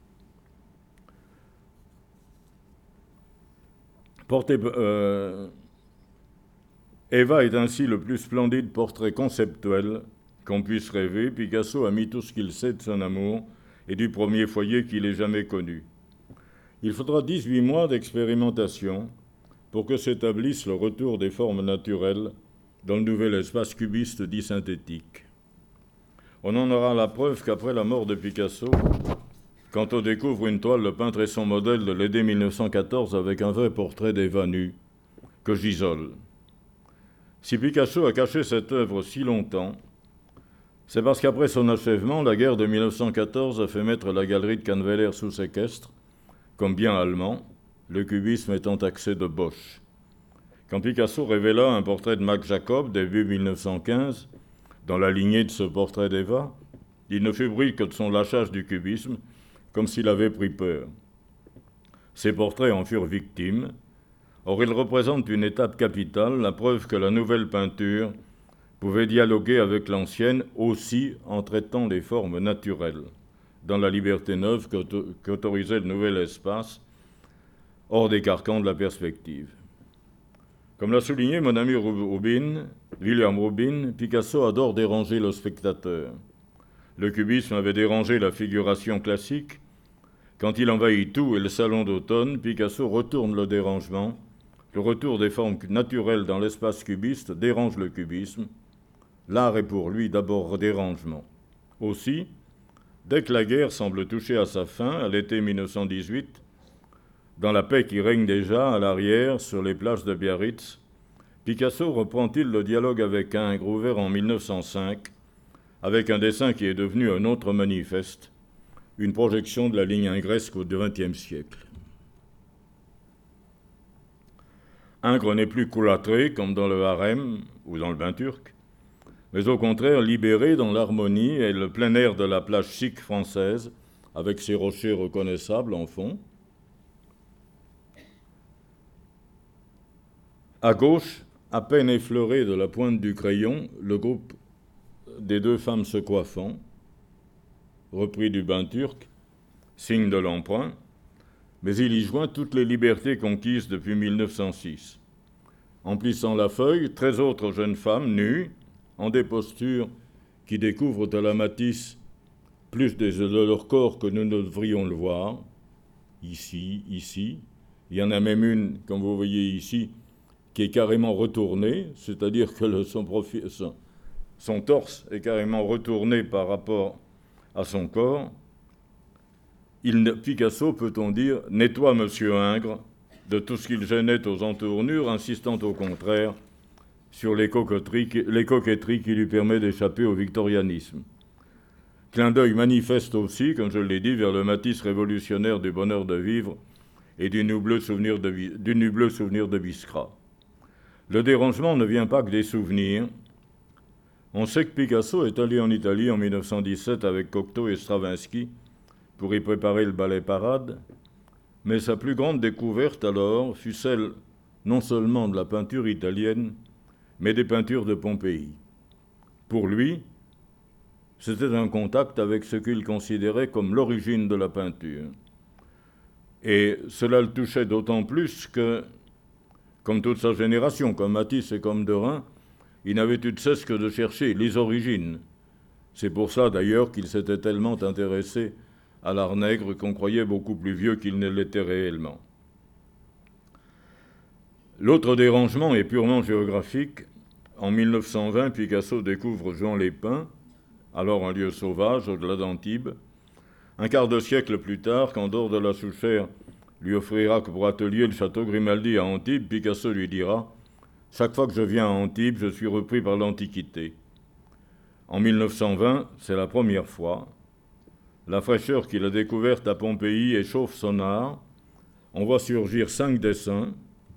Speaker 1: Eva est ainsi le plus splendide portrait conceptuel qu'on puisse rêver. Picasso a mis tout ce qu'il sait de son amour et du premier foyer qu'il ait jamais connu. Il faudra 18 mois d'expérimentation pour que s'établisse le retour des formes naturelles dans le nouvel espace cubiste dit synthétique. On en aura la preuve qu'après la mort de Picasso, quand on découvre une toile, le peintre et son modèle de l'été 1914 avec un vrai portrait d'Eva nue, que j'isole. Si Picasso a caché cette œuvre si longtemps, c'est parce qu'après son achèvement, la guerre de 1914 a fait mettre la galerie de Canneveller sous séquestre, comme bien allemand, le cubisme étant taxé de Bosch. Quand Picasso révéla un portrait de Max Jacob, début 1915, dans la lignée de ce portrait d'Eva, il ne fut bruit que de son lâchage du cubisme, comme s'il avait pris peur. Ces portraits en furent victimes. Or, ils représentent une étape capitale, la preuve que la nouvelle peinture pouvait dialoguer avec l'ancienne aussi en traitant les formes naturelles, dans la liberté neuve qu'autorisait le nouvel espace, hors des carcans de la perspective. Comme l'a souligné mon ami William Rubin, Picasso adore déranger le spectateur. Le cubisme avait dérangé la figuration classique. Quand il envahit tout et le salon d'automne, Picasso retourne le dérangement. Le retour des formes naturelles dans l'espace cubiste dérange le cubisme. L'art est pour lui d'abord dérangement. Aussi, dès que la guerre semble toucher à sa fin, à l'été 1918, dans la paix qui règne déjà à l'arrière sur les plages de Biarritz, Picasso reprend-il le dialogue avec Ingres ouvert en 1905, avec un dessin qui est devenu un autre manifeste, une projection de la ligne ingresque au XXe siècle. Ingres n'est plus coulâtré comme dans le harem ou dans le bain turc, mais au contraire libéré dans l'harmonie et le plein air de la plage chic française, avec ses rochers reconnaissables en fond. À gauche, à peine effleuré de la pointe du crayon, le groupe des deux femmes se coiffant, repris du bain turc, signe de l'emprunt, mais il y joint toutes les libertés conquises depuis 1906. Emplissant la feuille, 13 autres jeunes femmes nues, en des postures qui découvrent à la Matisse plus de leur corps que nous ne devrions le voir. Ici, ici. Il y en a même une, comme vous voyez ici, qui est carrément retournée, c'est-à-dire que son torse est carrément retourné par rapport à son corps. Picasso, peut-on dire, nettoie M. Ingres de tout ce qu'il gênait aux entournures, insistant au contraire sur les coquetteries qui lui permettent d'échapper au victorianisme. Clin d'œil manifeste aussi, comme je l'ai dit, vers le Matisse révolutionnaire du bonheur de vivre et du nubleux souvenir de Biskra. Le dérangement ne vient pas que des souvenirs. On sait que Picasso est allé en Italie en 1917 avec Cocteau et Stravinsky pour y préparer le ballet Parade, mais sa plus grande découverte alors fut celle non seulement de la peinture italienne, mais des peintures de Pompéi. Pour lui, c'était un contact avec ce qu'il considérait comme l'origine de la peinture. Et cela le touchait d'autant plus que, comme toute sa génération, comme Matisse et comme Derain, il n'avait eu de cesse que de chercher les origines. C'est pour ça d'ailleurs qu'il s'était tellement intéressé à l'art nègre qu'on croyait beaucoup plus vieux qu'il ne l'était réellement. L'autre dérangement est purement géographique. En 1920, Picasso découvre Juan les Pins, alors un lieu sauvage au-delà d'Antibes. Un quart de siècle plus tard, quand Dore de la Souchère lui offrira pour atelier le château Grimaldi à Antibes, Picasso lui dira « Chaque fois que je viens à Antibes, je suis repris par l'Antiquité ». En 1920, c'est la première fois. La fraîcheur qu'il a découverte à Pompéi échauffe son art. On voit surgir 5 dessins,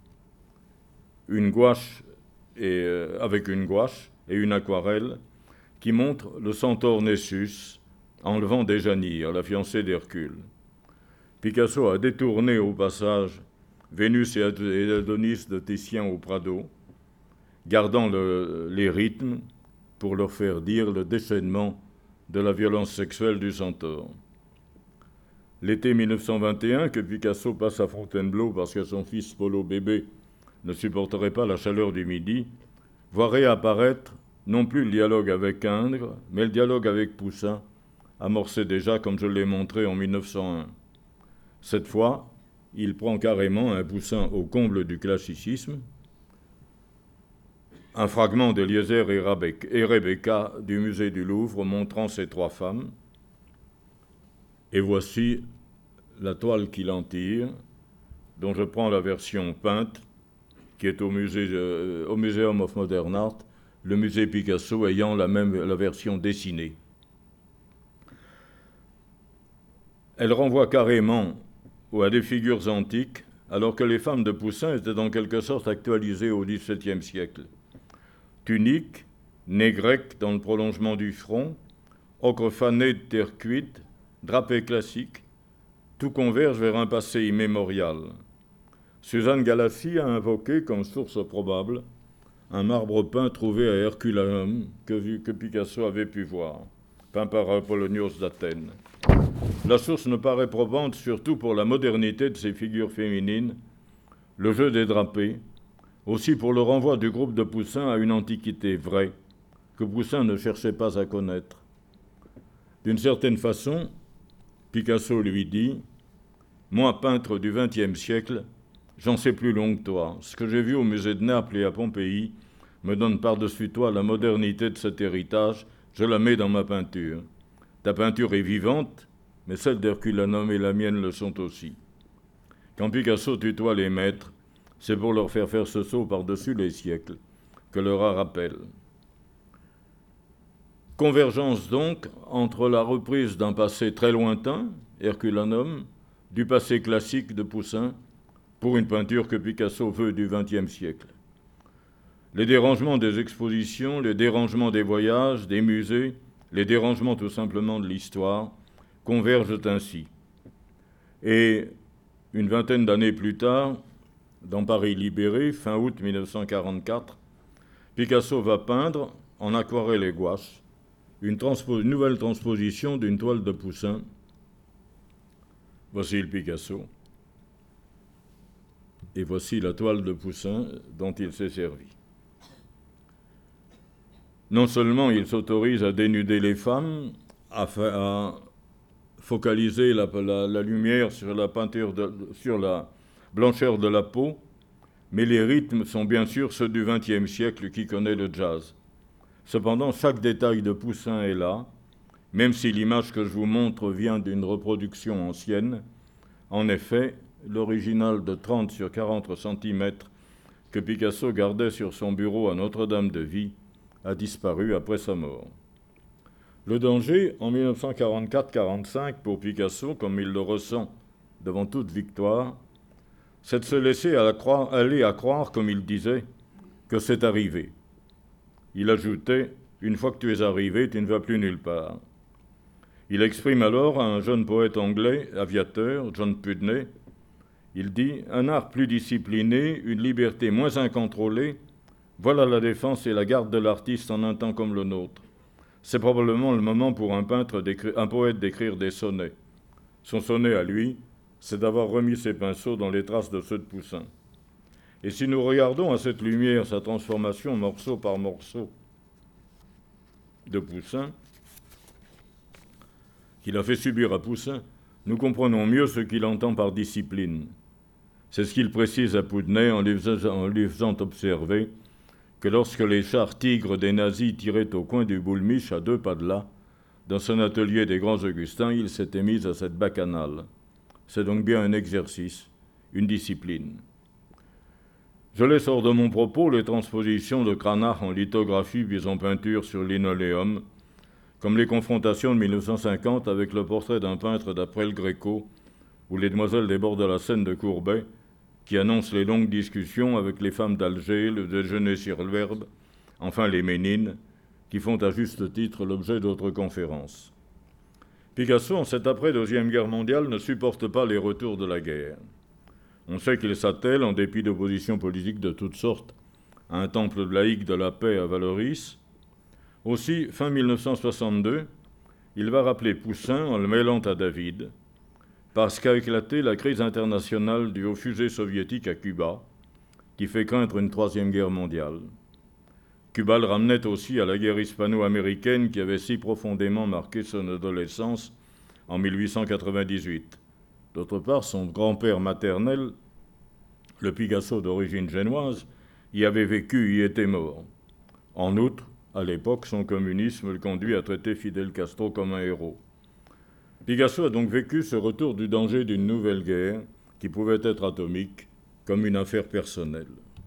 Speaker 1: avec une gouache et une aquarelle, qui montrent le centaure Nessus enlevant Déjanire, la fiancée d'Hercule. Picasso a détourné au passage Vénus et Adonis de Titien au Prado, gardant les rythmes pour leur faire dire le déchaînement de la violence sexuelle du centaure. L'été 1921, que Picasso passe à Fontainebleau parce que son fils Polo bébé ne supporterait pas la chaleur du midi, voit réapparaître non plus le dialogue avec Ingres, mais le dialogue avec Poussin, amorcé déjà comme je l'ai montré en 1901. Cette fois, il prend carrément un Poussin au comble du classicisme, un fragment d'Eliezer et Rebecca du musée du Louvre montrant ces trois femmes, et voici la toile qu'il en tire, dont je prends la version peinte, qui est au Museum of Modern Art, le musée Picasso ayant la version dessinée. Elle renvoie carrément à des figures antiques, alors que les femmes de Poussin étaient en quelque sorte actualisées au XVIIe siècle. Tunique, nez grec dans le prolongement du front, ocre fané de terre cuite, drapé classique, tout converge vers un passé immémorial. Suzanne Galassi a invoqué comme source probable un marbre peint trouvé à Herculaneum que Picasso avait pu voir, peint par Apollonios d'Athènes. La source ne paraît probante surtout pour la modernité de ces figures féminines, le jeu des drapés, aussi pour le renvoi du groupe de Poussin à une antiquité vraie que Poussin ne cherchait pas à connaître. D'une certaine façon, Picasso lui dit « Moi, peintre du XXe siècle, j'en sais plus long que toi. Ce que j'ai vu au musée de Naples et à Pompéi me donne par-dessus toi la modernité de cet héritage, je la mets dans ma peinture. Ta peinture est vivante, mais celle d'Herculanum et la mienne le sont aussi. » Quand Picasso tutoie les maîtres, c'est pour leur faire faire ce saut par-dessus les siècles, que leur art rappelle. Convergence donc entre la reprise d'un passé très lointain, Herculanum, du passé classique de Poussin, pour une peinture que Picasso veut du XXe siècle. Les dérangements des expositions, les dérangements des voyages, des musées, les dérangements tout simplement de l'histoire, convergent ainsi. Et une vingtaine d'années plus tard, dans Paris libéré, fin août 1944, Picasso va peindre, en aquarelle et gouache, une nouvelle transposition d'une toile de Poussin. Voici le Picasso. Et voici la toile de Poussin dont il s'est servi. Non seulement il s'autorise à dénuder les femmes, à focaliser la lumière sur la peinture, sur la blancheur de la peau, mais les rythmes sont bien sûr ceux du XXe siècle qui connaît le jazz. Cependant, chaque détail de Poussin est là, même si l'image que je vous montre vient d'une reproduction ancienne. En effet, l'original de 30 sur 40 cm que Picasso gardait sur son bureau à Notre-Dame-de-Vie a disparu après sa mort. Le danger, en 1944-45, pour Picasso, comme il le ressent devant toute victoire, c'est de se laisser aller à croire, comme il disait, que c'est arrivé. Il ajoutait « Une fois que tu es arrivé, tu ne vas plus nulle part ». Il exprime alors à un jeune poète anglais, aviateur, John Pudney, il dit « Un art plus discipliné, une liberté moins incontrôlée, voilà la défense et la garde de l'artiste en un temps comme le nôtre. C'est probablement le moment pour un poète d'écrire des sonnets. Son sonnet à lui, c'est d'avoir remis ses pinceaux dans les traces de ceux de Poussin. Et si nous regardons à cette lumière sa transformation morceau par morceau de Poussin, qu'il a fait subir à Poussin, nous comprenons mieux ce qu'il entend par discipline. C'est ce qu'il précise à Pudney en lui faisant observer que lorsque les chars tigres des nazis tiraient au coin du Boulmiche à 2 pas de là, dans son atelier des Grands Augustins, il s'était mis à cette bacchanale. C'est donc bien un exercice, une discipline. Je laisse hors de mon propos les transpositions de Cranach en lithographie puis en peinture sur linoléum, comme les confrontations de 1950 avec le portrait d'un peintre d'après le Gréco, ou les demoiselles des bords de la Seine de Courbet, qui annoncent les longues discussions avec les femmes d'Alger, le déjeuner sur l'herbe, enfin les Ménines, qui font à juste titre l'objet d'autres conférences. Picasso, en cette après-Deuxième Guerre mondiale, ne supporte pas les retours de la guerre. On sait qu'il s'attelle, en dépit d'oppositions politiques de toutes sortes, à un temple laïque de la paix à Vallauris. Aussi, fin 1962, il va rappeler Poussin en le mêlant à David, parce qu'a éclaté la crise internationale due aux fusées soviétiques à Cuba, qui fait craindre une troisième guerre mondiale. Cuba le ramenait aussi à la guerre hispano-américaine qui avait si profondément marqué son adolescence en 1898. D'autre part, son grand-père maternel, le Picasso d'origine génoise, y avait vécu, y était mort. En outre, à l'époque, son communisme le conduit à traiter Fidel Castro comme un héros. Picasso a donc vécu ce retour du danger d'une nouvelle guerre, qui pouvait être atomique, comme une affaire personnelle.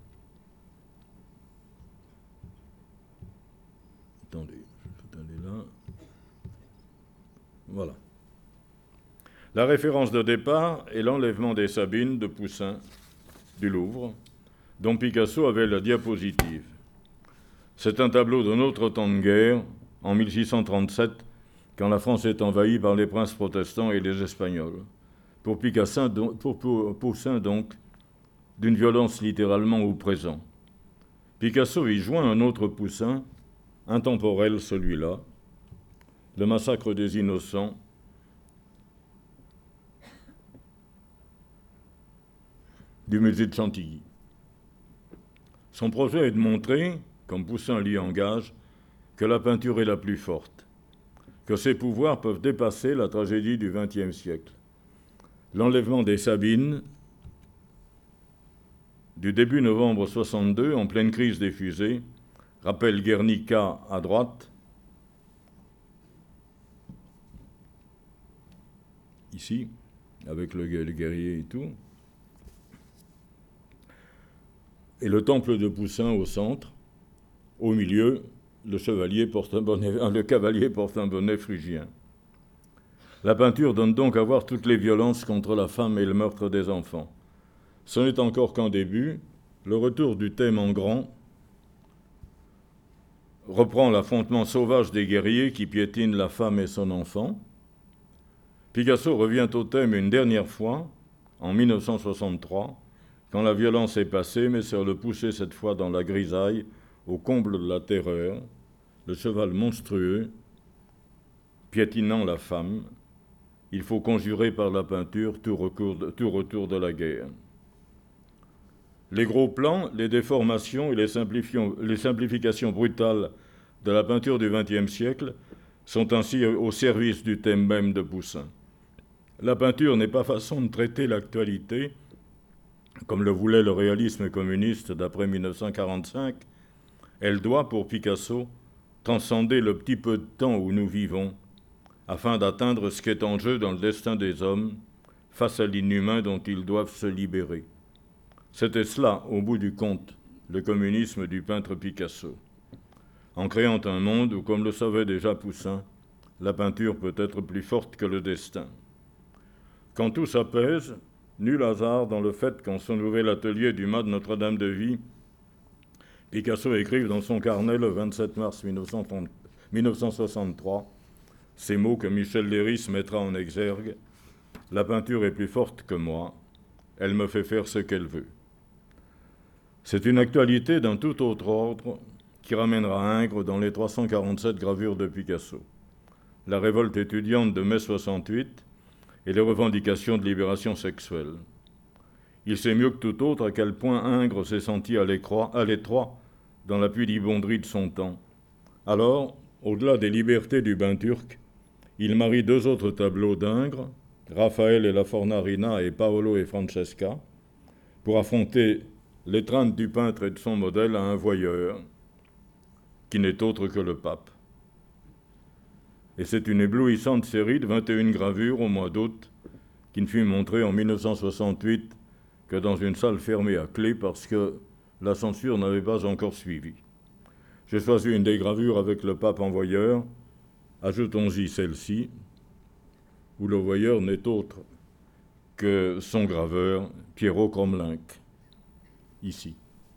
Speaker 1: Attendez, je vais aller là. Voilà. La référence de départ est l'enlèvement des Sabines de Poussin, du Louvre, dont Picasso avait la diapositive. C'est un tableau d'un autre temps de guerre, en 1637, quand la France est envahie par les princes protestants et les Espagnols. Pour Poussin, donc, d'une violence littéralement au présent. Picasso y joint un autre Poussin, intemporel celui-là, le massacre des innocents, du musée de Chantilly. Son projet est de montrer, comme Poussin l'y engage, que la peinture est la plus forte, que ses pouvoirs peuvent dépasser la tragédie du XXe siècle. L'enlèvement des Sabines, du début novembre 62, en pleine crise des fusées, rappelle Guernica à droite, ici, avec le guerrier et tout, et le temple de Poussin au centre. Au milieu, le cavalier porte un bonnet phrygien. La peinture donne donc à voir toutes les violences contre la femme et le meurtre des enfants. Ce n'est encore qu'un début. Le retour du thème en grand reprend l'affrontement sauvage des guerriers qui piétinent la femme et son enfant. Picasso revient au thème une dernière fois, en 1963, quand la violence est passée, mais sans le pousser cette fois dans la grisaille, au comble de la terreur, le cheval monstrueux, piétinant la femme. Il faut conjurer par la peinture tout retour de la guerre. Les gros plans, les déformations et les simplifications brutales de la peinture du XXe siècle sont ainsi au service du thème même de Poussin. La peinture n'est pas façon de traiter l'actualité, comme le voulait le réalisme communiste d'après 1945. Elle doit, pour Picasso, transcender le petit peu de temps où nous vivons, afin d'atteindre ce qui est en jeu dans le destin des hommes, face à l'inhumain dont ils doivent se libérer. C'était cela, au bout du compte, le communisme du peintre Picasso. En créant un monde où, comme le savait déjà Poussin, la peinture peut être plus forte que le destin. Quand tout s'apaise, nul hasard dans le fait qu'en son nouvel atelier du mas de Notre-Dame de Vie, Picasso écrive dans son carnet le 27 mars 1963 ces mots que Michel Leiris mettra en exergue. « La peinture est plus forte que moi, elle me fait faire ce qu'elle veut. » C'est une actualité d'un tout autre ordre qui ramènera Ingres dans les 347 gravures de Picasso. La révolte étudiante de mai 68 et les revendications de libération sexuelle. Il sait mieux que tout autre à quel point Ingres s'est senti à l'étroit dans la pudibonderie de son temps. Alors, au-delà des libertés du bain turc, il marie deux autres tableaux d'Ingres, Raphaël et la Fornarina et Paolo et Francesca, pour affronter l'étreinte du peintre et de son modèle à un voyeur, qui n'est autre que le pape. Et c'est une éblouissante série de 21 gravures au mois d'août, qui ne fut montrée en 1968 que dans une salle fermée à clé parce que la censure n'avait pas encore suivi. J'ai choisi une des gravures avec le pape en voyeur. Ajoutons-y celle-ci, où le voyeur n'est autre que son graveur, Piero Cromlinck, ici.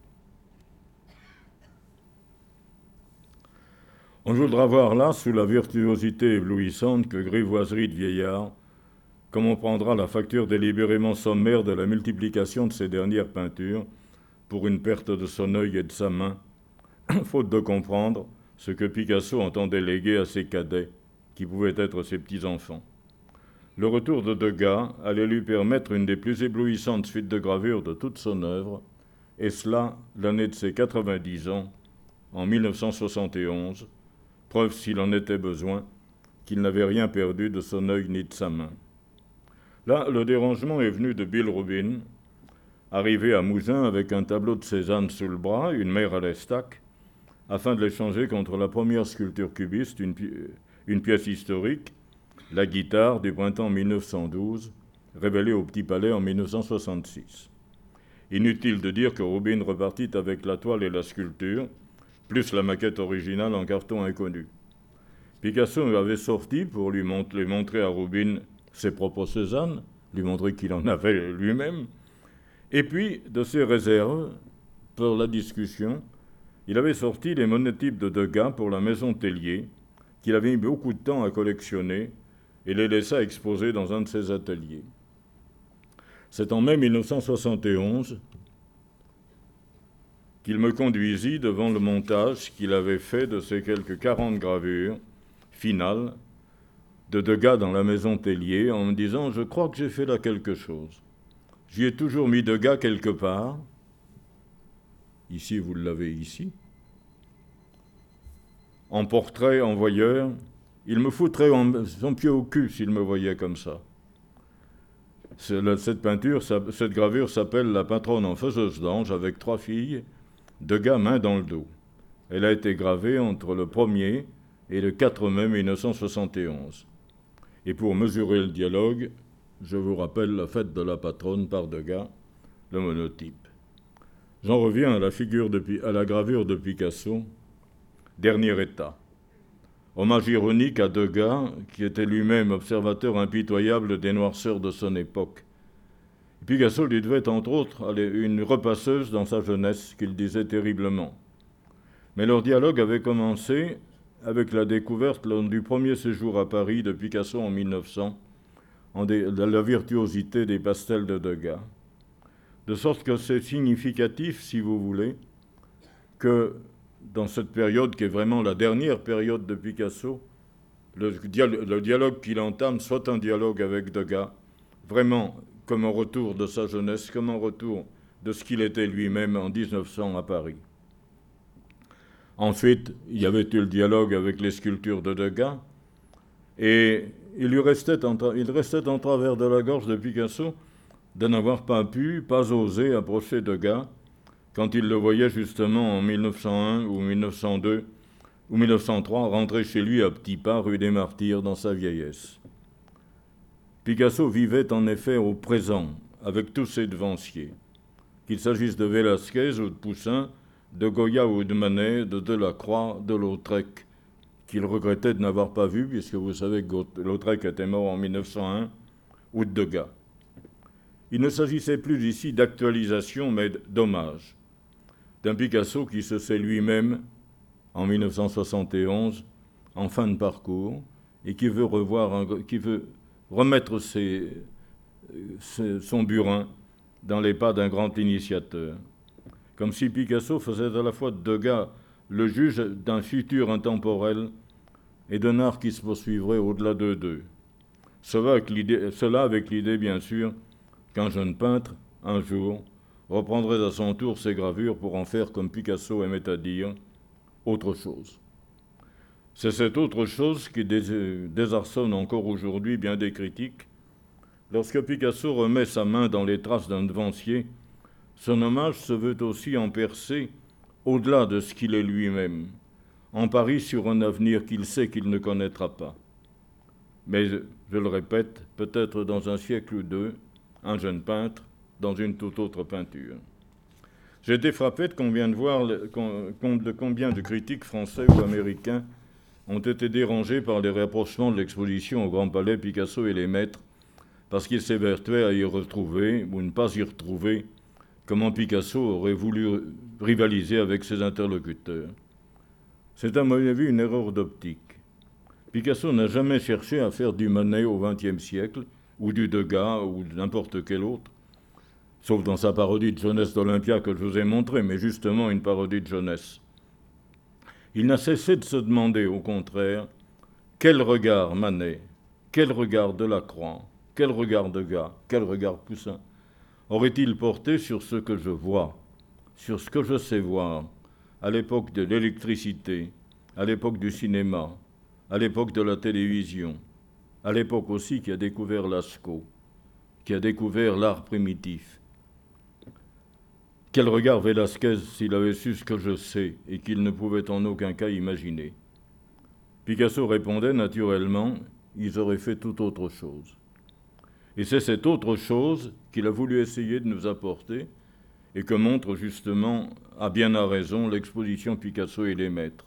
Speaker 1: On voudra voir là, sous la virtuosité éblouissante que grivoiserie de vieillard, comme on prendra la facture délibérément sommaire de la multiplication de ces dernières peintures pour une perte de son œil et de sa main, faute de comprendre ce que Picasso entendait léguer à ses cadets, qui pouvaient être ses petits-enfants. Le retour de Degas allait lui permettre une des plus éblouissantes suites de gravures de toute son œuvre, et cela l'année de ses 90 ans, en 1971, preuve s'il en était besoin qu'il n'avait rien perdu de son œil ni de sa main. Là, le dérangement est venu de Bill Rubin, arrivé à Mouzins avec un tableau de Cézanne sous le bras, une mère à l'estac, afin de l'échanger contre la première sculpture cubiste, une pièce historique, la guitare du printemps 1912, révélée au Petit Palais en 1966. Inutile de dire que Rubin repartit avec la toile et la sculpture, plus la maquette originale en carton inconnu. Picasso avait sorti pour lui montrer à Rubin ses propres Cézanne, lui montrer qu'il en avait lui-même, et puis de ses réserves pour la discussion, il avait sorti les monotypes de Degas pour la maison Tellier, qu'il avait mis beaucoup de temps à collectionner et les laissa exposer dans un de ses ateliers. C'est en mai 1971 qu'il me conduisit devant le montage qu'il avait fait de ces quelques 40 gravures finales de Degas dans la maison Tellier en me disant « Je crois que j'ai fait là quelque chose. J'y ai toujours mis Degas quelque part. » Ici, vous l'avez ici. En portrait, en voyeur, il me foutrait son pied au cul s'il me voyait comme ça. Cette gravure s'appelle La patronne en faiseuse d'ange avec 3 filles, Degas main dans le dos. Elle a été gravée entre le 1er et le 4 mai 1971. Et pour mesurer le dialogue, je vous rappelle la fête de la patronne par Degas, le monotype. J'en reviens à la gravure de Picasso, dernier état. Hommage ironique à Degas, qui était lui-même observateur impitoyable des noirceurs de son époque. Picasso lui devait entre autres une repasseuse dans sa jeunesse qu'il disait terriblement. Mais leur dialogue avait commencé avec la découverte lors du premier séjour à Paris de Picasso en 1900, de la virtuosité des pastels de Degas. De sorte que c'est significatif, si vous voulez, que dans cette période qui est vraiment la dernière période de Picasso, le dialogue qu'il entame soit un dialogue avec Degas, vraiment comme un retour de sa jeunesse, comme un retour de ce qu'il était lui-même en 1900 à Paris. Ensuite, il y avait eu le dialogue avec les sculptures de Degas, et il restait en travers de la gorge de Picasso de n'avoir pas osé approcher Degas quand il le voyait justement en 1901 ou 1902 ou 1903 rentrer chez lui à petits pas rue des Martyrs dans sa vieillesse. Picasso vivait en effet au présent avec tous ses devanciers, qu'il s'agisse de Velázquez ou de Poussin, de Goya ou de Manet, de Delacroix, de Lautrec, qu'il regrettait de n'avoir pas vu, puisque vous savez que Lautrec était mort en 1901, ou de Degas. Il ne s'agissait plus ici d'actualisation, mais d'hommage, d'un Picasso qui se sait lui-même, en 1971, en fin de parcours, et qui veut remettre son burin dans les pas d'un grand initiateur. Comme si Picasso faisait à la fois de Degas le juge d'un futur intemporel et d'un art qui se poursuivrait au-delà d'eux deux. Cela avec l'idée, bien sûr, qu'un jeune peintre, un jour, reprendrait à son tour ses gravures pour en faire, comme Picasso aimait à dire, autre chose. C'est cette autre chose qui désarçonne encore aujourd'hui bien des critiques. Lorsque Picasso remet sa main dans les traces d'un devancier, son hommage se veut aussi en percer au-delà de ce qu'il est lui-même, en pari sur un avenir qu'il sait qu'il ne connaîtra pas. Mais, je le répète, peut-être dans un siècle ou deux, un jeune peintre dans une toute autre peinture. J'ai été frappé de combien de critiques français ou américains ont été dérangés par les rapprochements de l'exposition au Grand Palais Picasso et les Maîtres, parce qu'ils s'évertuaient à y retrouver, ou ne pas y retrouver, comment Picasso aurait voulu rivaliser avec ses interlocuteurs. C'est à mon avis une erreur d'optique. Picasso n'a jamais cherché à faire du Manet au XXe siècle, ou du Degas, ou de n'importe quel autre, sauf dans sa parodie de jeunesse d'Olympia que je vous ai montré, mais justement une parodie de jeunesse. Il n'a cessé de se demander, au contraire, Quel regard Manet, quel regard Delacroix, quel regard Degas, quel regard Poussin aurait-il porté sur ce que je vois, sur ce que je sais voir, à l'époque de l'électricité, à l'époque du cinéma, à l'époque de la télévision, à l'époque aussi qui a découvert Lascaux, qui a découvert l'art primitif. Quel regard Velázquez s'il avait su ce que je sais et qu'il ne pouvait en aucun cas imaginer. Picasso répondait naturellement, ils auraient fait tout autre chose. Et c'est cette autre chose qu'il a voulu essayer de nous apporter et que montre justement, à bien à raison, l'exposition Picasso et les maîtres.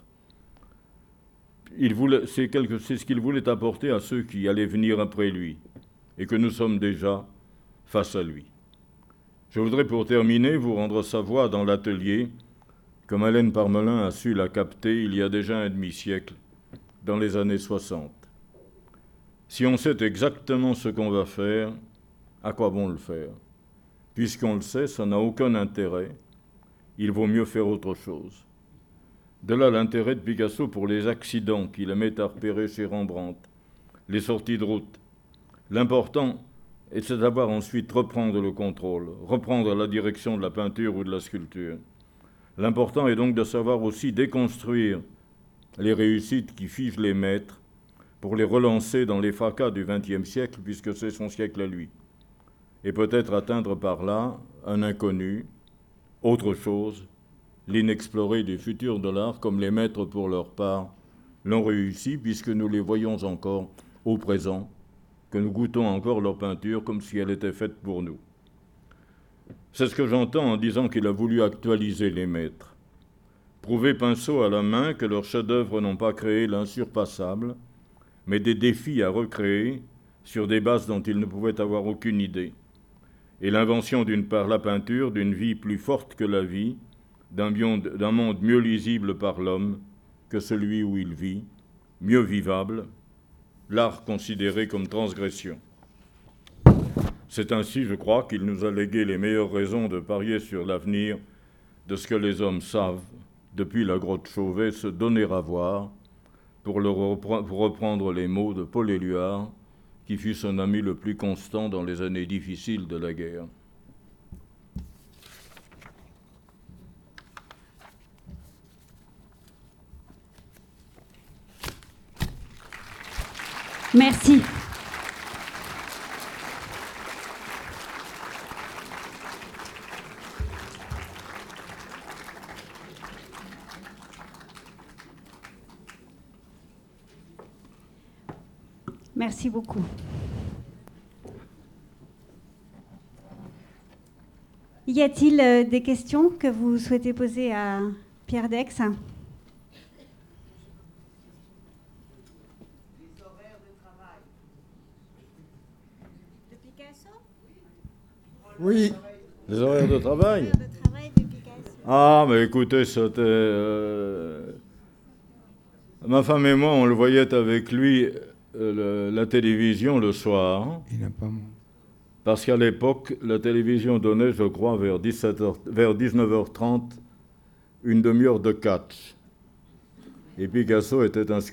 Speaker 1: C'est ce qu'il voulait apporter à ceux qui allaient venir après lui et que nous sommes déjà face à lui. Je voudrais pour terminer vous rendre sa voix dans l'atelier, comme Hélène Parmelin a su la capter il y a déjà un demi-siècle, dans les années 60. Si on sait exactement ce qu'on va faire, à quoi bon le faire? Puisqu'on le sait, ça n'a aucun intérêt, il vaut mieux faire autre chose. De là l'intérêt de Picasso pour les accidents qu'il aimait à repérer chez Rembrandt, les sorties de route. L'important est de savoir ensuite reprendre le contrôle, reprendre la direction de la peinture ou de la sculpture. L'important est donc de savoir aussi déconstruire les réussites qui figent les maîtres pour les relancer dans les fracas du XXe siècle, puisque c'est son siècle à lui. Et peut-être atteindre par là un inconnu, autre chose, l'inexploré des futurs de l'art, comme les maîtres pour leur part l'ont réussi, puisque nous les voyons encore au présent, que nous goûtons encore leur peinture comme si elle était faite pour nous. C'est ce que j'entends en disant qu'il a voulu actualiser les maîtres, prouver pinceau à la main que leurs chefs-d'œuvre n'ont pas créé l'insurpassable, mais des défis à recréer sur des bases dont ils ne pouvaient avoir aucune idée, et l'invention par la peinture d'une vie plus forte que la vie, d'un monde mieux lisible par l'homme que celui où il vit, mieux vivable, l'art considéré comme transgression. C'est ainsi, je crois, qu'il nous a légué les meilleures raisons de parier sur l'avenir de ce que les hommes savent, depuis la grotte Chauvet, se donner à voir, pour reprendre les mots de Paul Éluard, qui fut son ami le plus constant dans les années difficiles de la guerre.
Speaker 2: Merci. Merci beaucoup. Y a-t-il des questions que vous souhaitez poser à Pierre Dex ?
Speaker 1: Oui. Les horaires de travail. Les horaires de travail de Picasso. Ah, mais écoutez, c'était... Ma femme et moi, on le voyait avec lui, la télévision le soir.
Speaker 3: Il n'a pas...
Speaker 1: Parce qu'à l'époque, la télévision donnait, je crois, vers 19h30, une demi-heure de catch. Et Picasso était un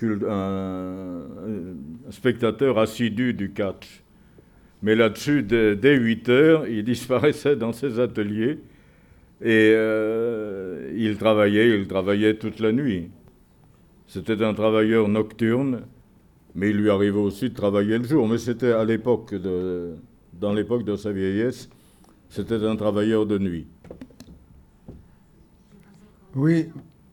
Speaker 1: spectateur assidu du catch. Mais là-dessus, dès 8 heures, il disparaissait dans ses ateliers et il travaillait toute la nuit. C'était un travailleur nocturne, mais il lui arrivait aussi de travailler le jour. Mais c'était à l'époque, dans l'époque de sa vieillesse, c'était un travailleur de nuit.
Speaker 3: Oui,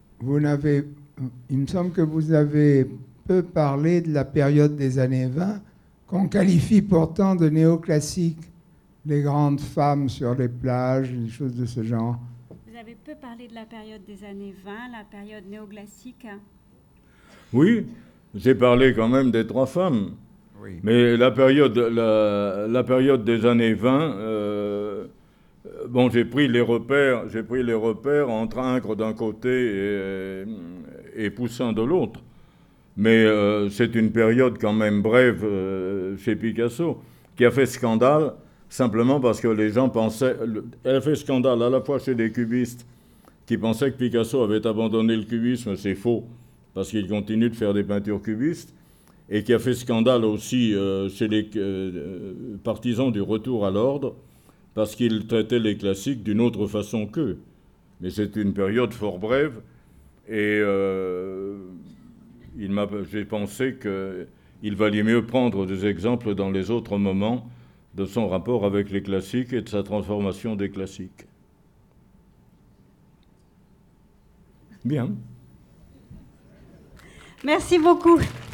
Speaker 3: il me semble que vous avez peu parlé de la période des années 20, qu'on qualifie pourtant de néoclassique, les grandes femmes sur les plages, des choses de ce genre.
Speaker 2: Vous avez peu parlé de la période des années 20, la période néoclassique.
Speaker 1: Oui, j'ai parlé quand même des 3 femmes. Oui. Mais la période des années 20, j'ai pris les repères entre Ingres d'un côté et Poussin de l'autre. Mais c'est une période quand même brève chez Picasso, qui a fait scandale simplement parce que les gens pensaient... Elle a fait scandale à la fois chez les cubistes qui pensaient que Picasso avait abandonné le cubisme, c'est faux, parce qu'il continue de faire des peintures cubistes, et qui a fait scandale aussi chez les partisans du retour à l'ordre, parce qu'il traitait les classiques d'une autre façon qu'eux. Mais c'est une période fort brève, et j'ai pensé qu'il valait mieux prendre des exemples dans les autres moments de son rapport avec les classiques et de sa transformation des classiques. Bien.
Speaker 2: Merci beaucoup.